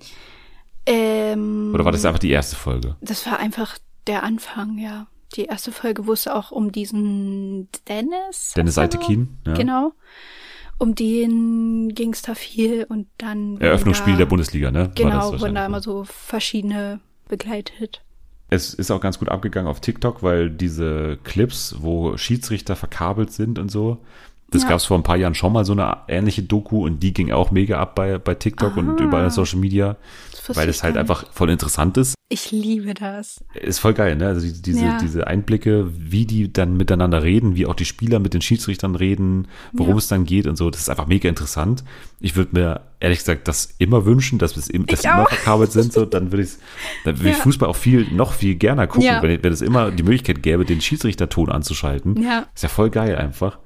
Ähm, Oder war das einfach die erste Folge? Das war einfach der Anfang, ja. Die erste Folge, wo es auch um diesen Dennis. Dennis heißt er so? Altekin, ja. Genau. Um den ging es da viel und dann. wurden Eröffnungsspiel da, der Bundesliga, ne? War das Genau, wurden wahrscheinlich, da ja. immer so verschiedene begleitet. Es ist auch ganz gut abgegangen auf TikTok, weil diese Clips, wo Schiedsrichter verkabelt sind und so, das Ja. gab es vor ein paar Jahren schon mal so eine ähnliche Doku und die ging auch mega ab bei, bei TikTok und Ah. überall in Social Media, Das wusste weil ich es halt gar nicht. einfach voll interessant ist. Ich liebe das. Ist voll geil, ne? Also die, diese, Ja. diese Einblicke, wie die dann miteinander reden, wie auch die Spieler mit den Schiedsrichtern reden, worum Ja. es dann geht und so, das ist einfach mega interessant. Ich würde mir ehrlich gesagt das immer wünschen, dass, es, im- dass Ich die immer auch. verkabelt sind, so, dann würde ich dann würde ich Ja. Fußball auch viel, noch viel gerne gucken, Ja. wenn, wenn es immer die Möglichkeit gäbe, den Schiedsrichterton anzuschalten. Ja. Ist ja voll geil einfach.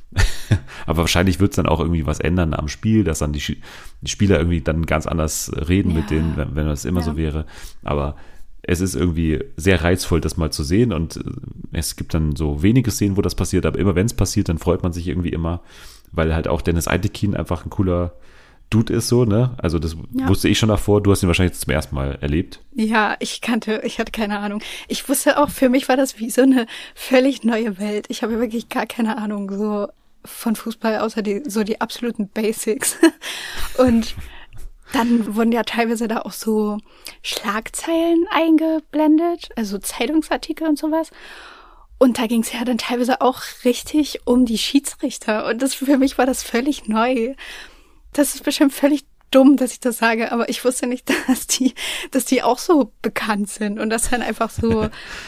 Aber wahrscheinlich wird es dann auch irgendwie was ändern am Spiel, dass dann die, Schi- die Spieler irgendwie dann ganz anders reden mit Ja. denen, wenn, wenn das immer Ja. so wäre. Aber es ist irgendwie sehr reizvoll, das mal zu sehen und äh, es gibt dann so wenige Szenen, wo das passiert, aber immer wenn es passiert, dann freut man sich irgendwie immer, weil halt auch Dennis Altekin einfach ein cooler Dude ist so, ne? Also das Ja. wusste ich schon davor, du hast ihn wahrscheinlich zum ersten Mal erlebt. Ja, ich kannte, ich hatte keine Ahnung. Ich wusste auch, für mich war das wie so eine völlig neue Welt. Ich habe wirklich gar keine Ahnung so von Fußball, außer die, so die absoluten Basics. Und dann wurden ja teilweise da auch so Schlagzeilen eingeblendet, also Zeitungsartikel und sowas. Und da ging es ja dann teilweise auch richtig um die Schiedsrichter. Und das für mich war das völlig neu. Das ist bestimmt völlig dumm, dass ich das sage, aber ich wusste nicht, dass die, dass die auch so bekannt sind und dass dann einfach so,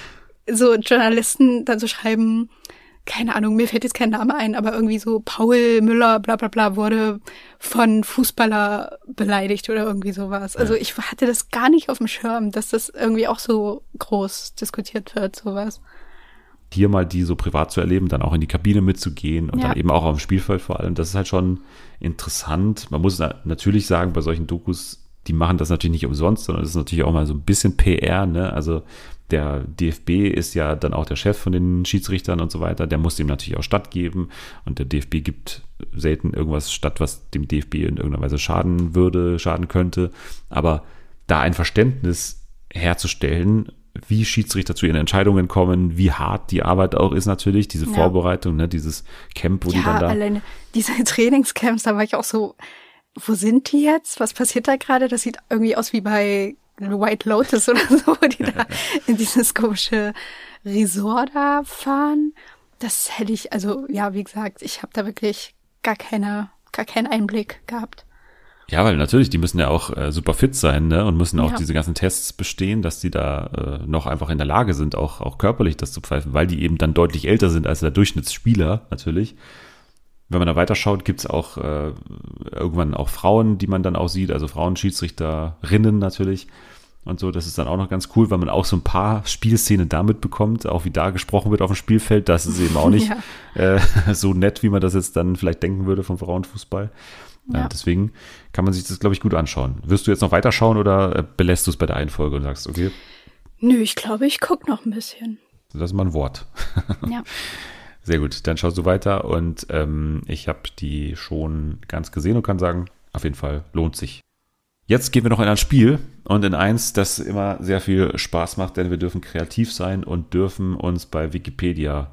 so Journalisten dann so schreiben, keine Ahnung, mir fällt jetzt kein Name ein, aber irgendwie so Paul Müller, bla bla bla, wurde von Fußballer beleidigt oder irgendwie sowas. Also ich hatte das gar nicht auf dem Schirm, dass das irgendwie auch so groß diskutiert wird, sowas. Hier mal die so privat zu erleben, dann auch in die Kabine mitzugehen und Ja. dann eben auch auf dem Spielfeld vor allem, das ist halt schon interessant. Man muss na- natürlich sagen, bei solchen Dokus, die machen das natürlich nicht umsonst, sondern das ist natürlich auch mal so ein bisschen P R, ne? Also der D F B ist ja dann auch der Chef von den Schiedsrichtern und so weiter, der muss dem natürlich auch stattgeben und der D F B gibt selten irgendwas statt, was dem D F B in irgendeiner Weise schaden würde, schaden könnte, aber da ein Verständnis herzustellen, wie Schiedsrichter zu ihren Entscheidungen kommen, wie hart die Arbeit auch ist natürlich, diese Ja. Vorbereitung, ne, dieses Camp, wo die Ja, dann da... alleine diese Trainingscamps, da war ich auch so, wo sind die jetzt? Was passiert da gerade? Das sieht irgendwie aus wie bei White Lotus oder so, wo die da in dieses komische Resort da fahren. Das hätte ich, also ja, wie gesagt, ich habe da wirklich gar keine, gar keinen Einblick gehabt. Ja, weil natürlich, die müssen ja auch äh, super fit sein, ne, und müssen auch Ja. diese ganzen Tests bestehen, dass die da äh, noch einfach in der Lage sind, auch, auch körperlich das zu pfeifen, weil die eben dann deutlich älter sind als der Durchschnittsspieler natürlich. Wenn man da weiterschaut, gibt's auch äh, irgendwann auch Frauen, die man dann auch sieht, also Frauenschiedsrichterinnen natürlich und so. Das ist dann auch noch ganz cool, weil man auch so ein paar Spielszenen damit bekommt, auch wie da gesprochen wird auf dem Spielfeld. Das ist eben auch nicht Ja. äh, so nett, wie man das jetzt dann vielleicht denken würde vom Frauenfußball. Ja. Ja. Deswegen kann man sich das, glaube ich, gut anschauen. Wirst du jetzt noch weiterschauen oder äh, belässt du es bei der einen Folge und sagst, okay, Nö, ich glaube, ich guck noch ein bisschen. das ist mal ein Wort. Ja. Sehr gut, dann schaust du weiter und ähm, ich habe die schon ganz gesehen und kann sagen, auf jeden Fall lohnt sich. Jetzt gehen wir noch in ein Spiel und in eins, das immer sehr viel Spaß macht, denn wir dürfen kreativ sein und dürfen uns bei Wikipedia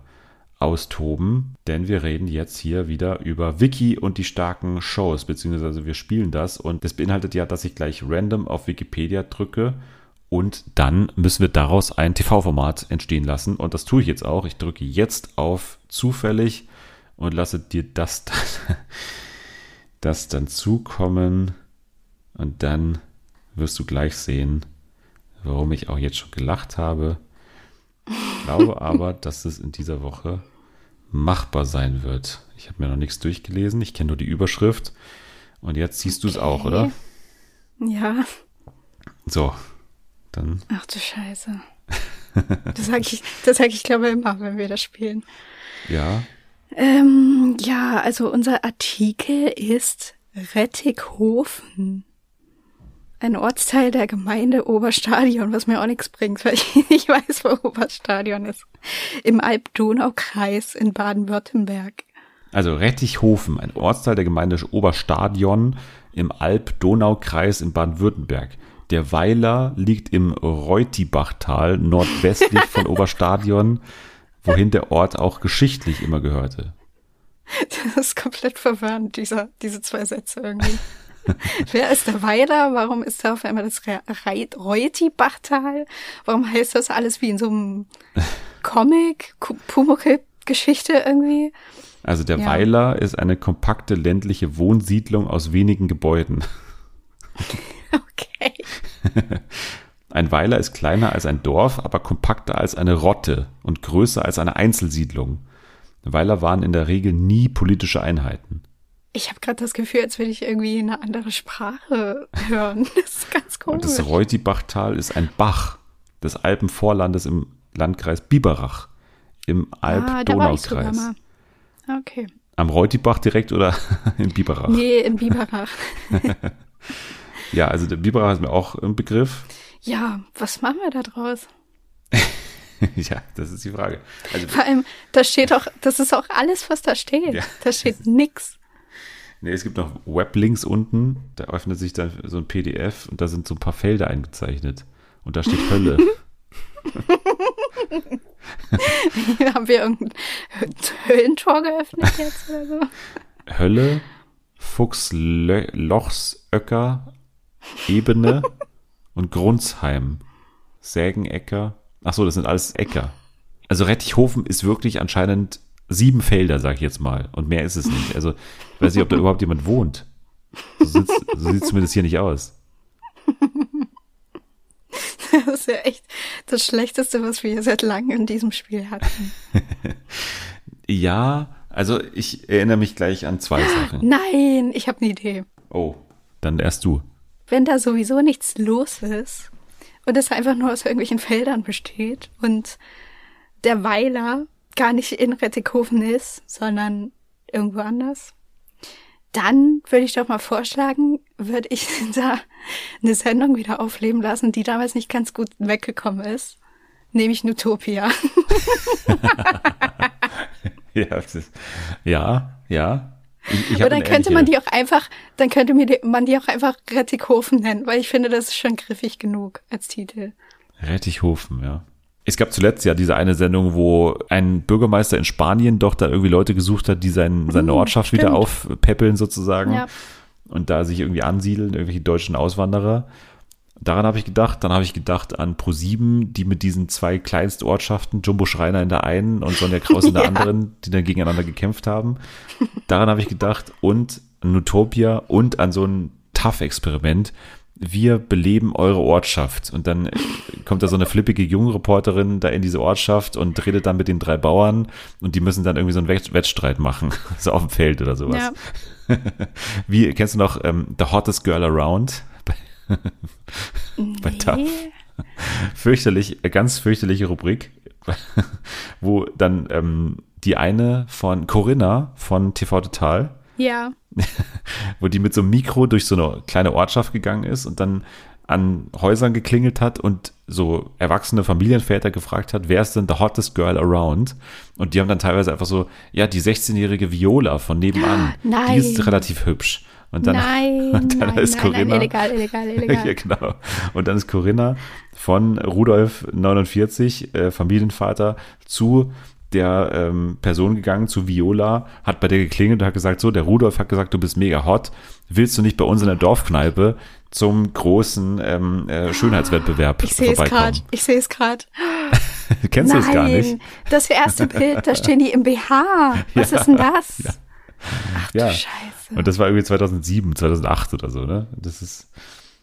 austoben, denn wir reden jetzt hier wieder über Wiki und die starken Shows, beziehungsweise wir spielen das und das beinhaltet ja, dass ich gleich random auf Wikipedia drücke und dann müssen wir daraus ein T V-Format entstehen lassen und das tue ich jetzt auch. Ich drücke jetzt auf zufällig und lasse dir das dann, das dann zukommen und dann wirst du gleich sehen, warum ich auch jetzt schon gelacht habe. Ich glaube aber, dass es in dieser Woche machbar sein wird. Ich habe mir noch nichts durchgelesen, ich kenne nur die Überschrift und jetzt siehst du es auch, oder? Ja. So, dann. Ach du Scheiße. Das sage ich, das sag ich glaube immer, wenn wir das spielen. Ja. Ähm, ja, also unser Artikel ist Rettighofen. Ein Ortsteil der Gemeinde Oberstadion, was mir auch nichts bringt, weil ich nicht weiß, wo Oberstadion ist. Im Alb-Donau-Kreis in Baden-Württemberg. Also Rettighofen, ein Ortsteil der Gemeinde Oberstadion im Alb-Donau-Kreis in Baden-Württemberg. Der Weiler liegt im Reutibachtal nordwestlich von Oberstadion, wohin der Ort auch geschichtlich immer gehörte. Das ist komplett verwirrend, dieser, diese zwei Sätze irgendwie. Wer ist der Weiler? Warum ist da auf einmal das Re- Re- Reutibachtal? Warum heißt das alles wie in so einem Comic, Pumuckl-Geschichte irgendwie? Also der Ja. Weiler ist eine kompakte ländliche Wohnsiedlung aus wenigen Gebäuden. Okay. Ein Weiler ist kleiner als ein Dorf, aber kompakter als eine Rotte und größer als eine Einzelsiedlung. Weiler waren in der Regel nie politische Einheiten. Ich habe gerade das Gefühl, als würde ich irgendwie eine andere Sprache hören. Das ist ganz Und komisch. das Reutibachtal ist ein Bach des Alpenvorlandes im Landkreis Biberach im Ah, da war ich sogar Alb-Donau-Kreis. mal. Okay. Am Reutibach direkt oder in Biberach? Nee, in Biberach. Ja, also der Biberach ist mir auch ein Begriff. Ja, was machen wir da draus? Ja, das ist die Frage. Also, Vor allem, da steht auch, das ist auch alles, was da steht. Ja. Da steht nix. nee, es gibt noch Weblinks unten, da öffnet sich dann so ein P D F und da sind so ein paar Felder eingezeichnet. Und da steht Hölle. Haben wir irgendein Höllentor geöffnet jetzt oder so? Hölle, Fuchslochsöcker, Ebene und Grunsheim. Sägenecker. Ach so, das sind alles Äcker. Also Rettighofen ist wirklich anscheinend sieben Felder, sag ich jetzt mal. Und mehr ist es nicht. Also ich weiß nicht, ob da überhaupt jemand wohnt. So, sitzt, so sieht es zumindest hier nicht aus. Das ist ja echt das Schlechteste, was wir seit langem in diesem Spiel hatten. Ja, also ich erinnere mich gleich an zwei Sachen. Nein, ich habe eine Idee. Oh, dann erst du. Wenn da sowieso nichts los ist und es einfach nur aus irgendwelchen Feldern besteht und der Weiler gar nicht in Rettighofen ist, sondern irgendwo anders, dann würde ich doch mal vorschlagen, würde ich da eine Sendung wieder aufleben lassen, die damals nicht ganz gut weggekommen ist, nämlich Nutopia. Ja, das ist, ja, ja. Ich, ich Aber hab dann eine könnte man ähnliche- die auch einfach, dann könnte mir die, man die auch einfach Rettighofen nennen, weil ich finde, das ist schon griffig genug als Titel. Rettighofen, ja. Es gab zuletzt ja diese eine Sendung, wo ein Bürgermeister in Spanien doch da irgendwie Leute gesucht hat, die sein, seine Mm, Ortschaft wieder stimmt. aufpäppeln sozusagen Ja. und da sich irgendwie ansiedeln, irgendwelche deutschen Auswanderer. Daran habe ich gedacht. Dann habe ich gedacht an ProSieben, die mit diesen zwei Kleinstortschaften, Jumbo Schreiner in der einen und Sonja Kraus in der Ja. anderen, die dann gegeneinander gekämpft haben. Daran habe ich gedacht und an Nutopia und an so ein Tough-Experiment. Wir beleben eure Ortschaft. Und dann kommt da so eine flippige junge Reporterin da in diese Ortschaft und redet dann mit den drei Bauern und die müssen dann irgendwie so einen Wett- Wettstreit machen. So auf dem Feld oder sowas. Ja. Wie, kennst du noch ähm, The Hottest Girl Around? Bei Tough. Nee. Fürchterlich, äh, ganz fürchterliche Rubrik, wo dann ähm, die eine von Corinna von T V Total, Ja. wo die mit so einem Mikro durch so eine kleine Ortschaft gegangen ist und dann an Häusern geklingelt hat und so erwachsene Familienväter gefragt hat, wer ist denn the hottest girl around? Und die haben dann teilweise einfach so, ja, die sechzehnjährige Viola von nebenan, Nein. die ist relativ hübsch. Und dann, Nein, und dann nein, ist nein, Corinna, nein, illegal, illegal, illegal. ja, genau. Und dann ist Corinna von Rudolf neunundvierzig, äh, Familienvater, zu der ähm, Person gegangen, zu Viola, hat bei der geklingelt und hat gesagt, so, der Rudolf hat gesagt, du bist mega hot, willst du nicht bei uns in der Dorfkneipe zum großen ähm, äh, Schönheitswettbewerb Ich sehe es vorbeikommen? gerade, ich sehe es gerade. Kennst du Nein, es gar nicht? das erste Bild, da stehen die im B H. Was Ja, ist denn das? ja. Ach Ja. du Scheiße. Und das war irgendwie zweitausendsieben, zweitausendacht oder so, ne? Das ist,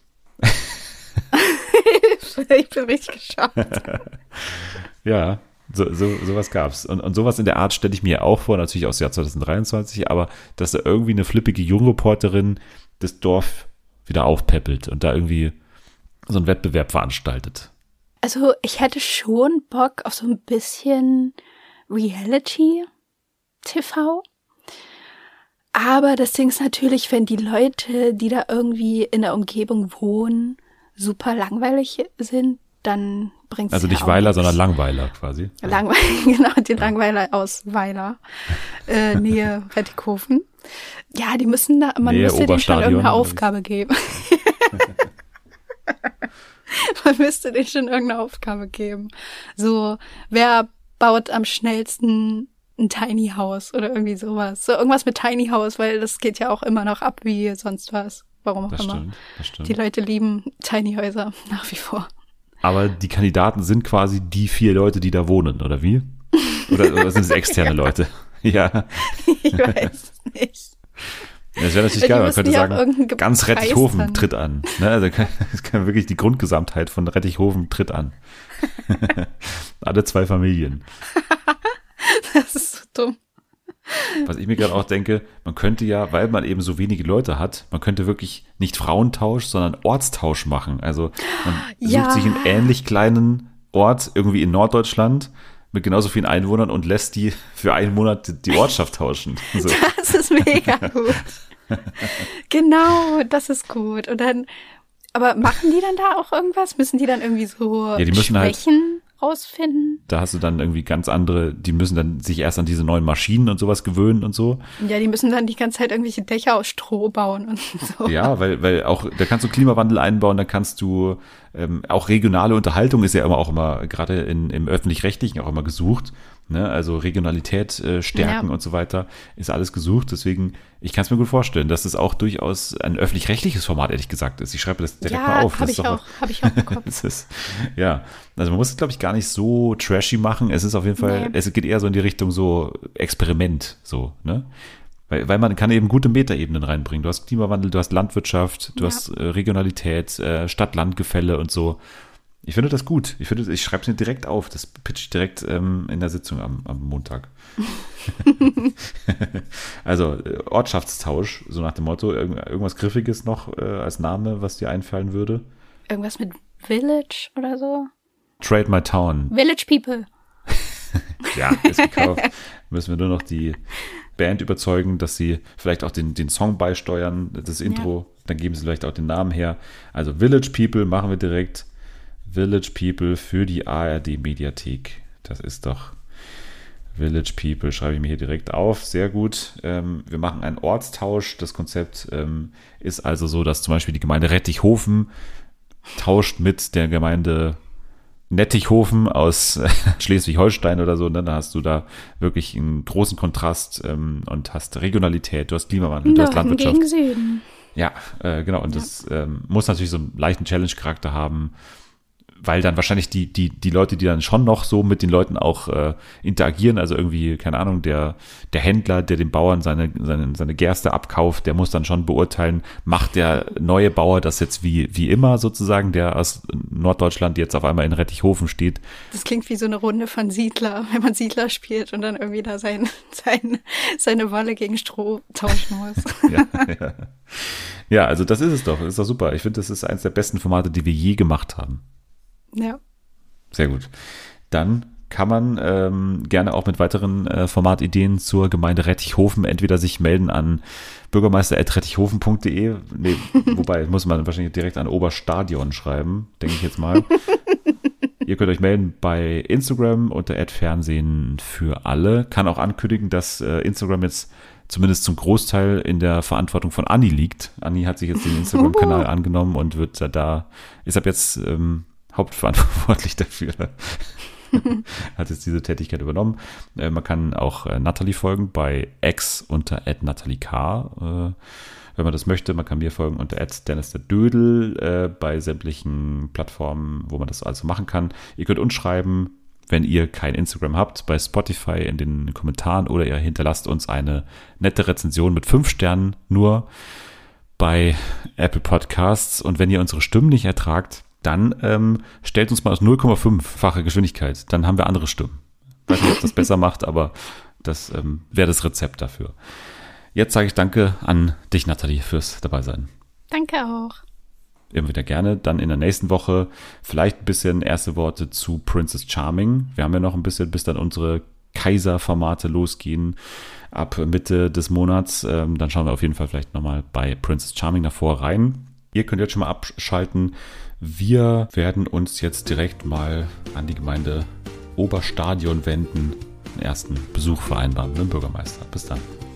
Ich bin richtig geschockt. ja, so, so, sowas gab's. Und, und sowas in der Art stelle ich mir auch vor, natürlich aus dem Jahr zweitausenddreiundzwanzig, aber dass da irgendwie eine flippige Jungreporterin das Dorf wieder aufpäppelt und da irgendwie so einen Wettbewerb veranstaltet? Also ich hätte schon Bock auf so ein bisschen Reality-T V. Aber das Ding ist natürlich, wenn die Leute, die da irgendwie in der Umgebung wohnen, super langweilig sind, dann bringt's Also ja nicht auch Weiler, nichts. sondern Langweiler quasi. Langweiler, genau, die Langweiler aus Weiler, äh, Nähe Rettighofen. Ja, die müssen da, man Nähe müsste denen schon Oberstadion, irgendeine oder wie? Aufgabe geben. Man müsste denen schon irgendeine Aufgabe geben. So, wer baut am schnellsten ein Tiny House oder irgendwie sowas. So irgendwas mit Tiny House, weil das geht ja auch immer noch ab wie sonst was. Warum auch Das immer. stimmt, das stimmt. Die Leute lieben Tiny Häuser nach wie vor. Aber die Kandidaten sind quasi die vier Leute, die da wohnen, oder wie? Oder, oder sind es externe Leute? Ja. Ich weiß nicht. Das wäre natürlich Die geil, man müssen könnte ja auch sagen, irgendeinen ganz Preis Rettichhofen dann. tritt an. Ne? Also kann, das kann wirklich die Grundgesamtheit von Rettichhofen tritt an. Alle zwei Familien. Das ist so dumm. Was ich mir gerade auch denke, man könnte ja, weil man eben so wenige Leute hat, man könnte wirklich nicht Frauentausch, sondern Ortstausch machen. Also man Ja. sucht sich einen ähnlich kleinen Ort irgendwie in Norddeutschland mit genauso vielen Einwohnern und lässt die für einen Monat die Ortschaft tauschen. So. Das ist mega gut. Genau, das ist gut. Und dann, aber machen die dann da auch irgendwas? Müssen die dann irgendwie so Ja, die müssen halt- Schwächen rausfinden? Da hast du dann irgendwie ganz andere, die müssen dann sich erst an diese neuen Maschinen und sowas gewöhnen und so. Ja, die müssen dann die ganze Zeit irgendwelche Dächer aus Stroh bauen und so. Ja, weil, weil auch, da kannst du Klimawandel einbauen, da kannst du, ähm, auch regionale Unterhaltung ist ja immer auch immer, gerade in, im Öffentlich-Rechtlichen auch immer gesucht, ne, also Regionalität äh, stärken Ja. und so weiter, ist alles gesucht, deswegen, ich kann es mir gut vorstellen, dass es auch durchaus ein öffentlich-rechtliches Format, ehrlich gesagt, ist. Ich schreibe das direkt mal Ja, auf. habe Das ich ist doch auch, habe ich auch im Kopf. Es ist, ja, also man muss es, glaube ich, gar nicht so trashy machen. Es ist auf jeden Fall, Nee. es geht eher so in die Richtung so Experiment, so, ne? Weil, weil man kann eben gute Metaebenen reinbringen. Du hast Klimawandel, du hast Landwirtschaft, du Ja. hast äh, Regionalität, äh, Stadt-Land-Gefälle und so. Ich finde das gut. Ich finde, ich schreibe es mir direkt auf. Das pitch ich direkt ähm, in der Sitzung am, am Montag. Also äh, Ortschaftstausch, so nach dem Motto, irgend, irgendwas Griffiges noch äh, als Name, was dir einfallen würde. Irgendwas mit Village oder so? Trade My Town. Village People. Ja, ist gekauft. Müssen wir nur noch die Band überzeugen, dass sie vielleicht auch den, den Song beisteuern, das Intro. Dann geben sie vielleicht auch den Namen her. Also Village People machen wir direkt. Village People für die A R D-Mediathek. Das ist doch Village People, schreibe ich mir hier direkt auf. Sehr gut. Ähm, wir machen einen Ortstausch. Das Konzept ähm, ist also so, dass zum Beispiel die Gemeinde Rettichhofen tauscht mit der Gemeinde Nettichhofen aus Schleswig-Holstein oder so, und dann hast du da wirklich einen großen Kontrast ähm, und hast Regionalität, du hast Klimawandel, du hast Norden Landwirtschaft. gegen Süden. Ja, äh, genau, und Ja. das ähm, muss natürlich so einen leichten Challenge-Charakter haben, weil dann wahrscheinlich die, die, die Leute, die dann schon noch so mit den Leuten auch äh, interagieren, also irgendwie, keine Ahnung, der, der Händler, der den Bauern seine, seine, seine Gerste abkauft, der muss dann schon beurteilen, macht der neue Bauer das jetzt wie, wie immer sozusagen, der aus Norddeutschland jetzt auf einmal in Rettichhofen steht. Das klingt wie so eine Runde von Siedler, wenn man Siedler spielt und dann irgendwie da sein, sein, seine Wolle gegen Stroh tauschen muss. Ja, ja. Ja, also das ist es doch, das ist doch super. Ich finde, das ist eines der besten Formate, die wir je gemacht haben. Ja. Sehr gut. Dann kann man ähm, gerne auch mit weiteren äh, Formatideen zur Gemeinde Rettichhofen entweder sich melden an bürgermeister at rettichhofen punkt de. Nee, wobei, muss man wahrscheinlich direkt an Oberstadion schreiben, denke ich jetzt mal. Ihr könnt euch melden bei Instagram unter Fernsehen für alle. Kann auch ankündigen, dass äh, Instagram jetzt zumindest zum Großteil in der Verantwortung von Anni liegt. Anni hat sich jetzt den Instagram-Kanal angenommen und wird äh, da, ist ab jetzt ähm, hauptverantwortlich dafür. Hat jetzt diese Tätigkeit übernommen. Äh, man kann auch äh, Natalie folgen bei X unter at Natalie K. Äh, wenn man das möchte. Man kann mir folgen unter at Dennis der Dödel äh, bei sämtlichen Plattformen, wo man das also machen kann. Ihr könnt uns schreiben, wenn ihr kein Instagram habt, bei Spotify in den Kommentaren, oder ihr hinterlasst uns eine nette Rezension mit fünf Sternen nur bei Apple Podcasts. Und wenn ihr unsere Stimmen nicht ertragt, dann ähm, stellt uns mal aus null Komma fünf-fache Geschwindigkeit. Dann haben wir andere Stimmen. Ich weiß nicht, ob das besser macht, aber das ähm, wäre das Rezept dafür. Jetzt sage ich danke an dich, Nathalie, fürs Dabeisein. Danke auch. Immer wieder gerne. Dann in der nächsten Woche vielleicht ein bisschen erste Worte zu Princess Charming. Wir haben ja noch ein bisschen, bis dann unsere Kaiser-Formate losgehen ab Mitte des Monats. Ähm, dann schauen wir auf jeden Fall vielleicht nochmal bei Princess Charming davor rein. Ihr könnt jetzt schon mal abschalten. Wir werden uns jetzt direkt mal an die Gemeinde Oberstadion wenden, einen ersten Besuch vereinbaren mit dem Bürgermeister. Bis dann.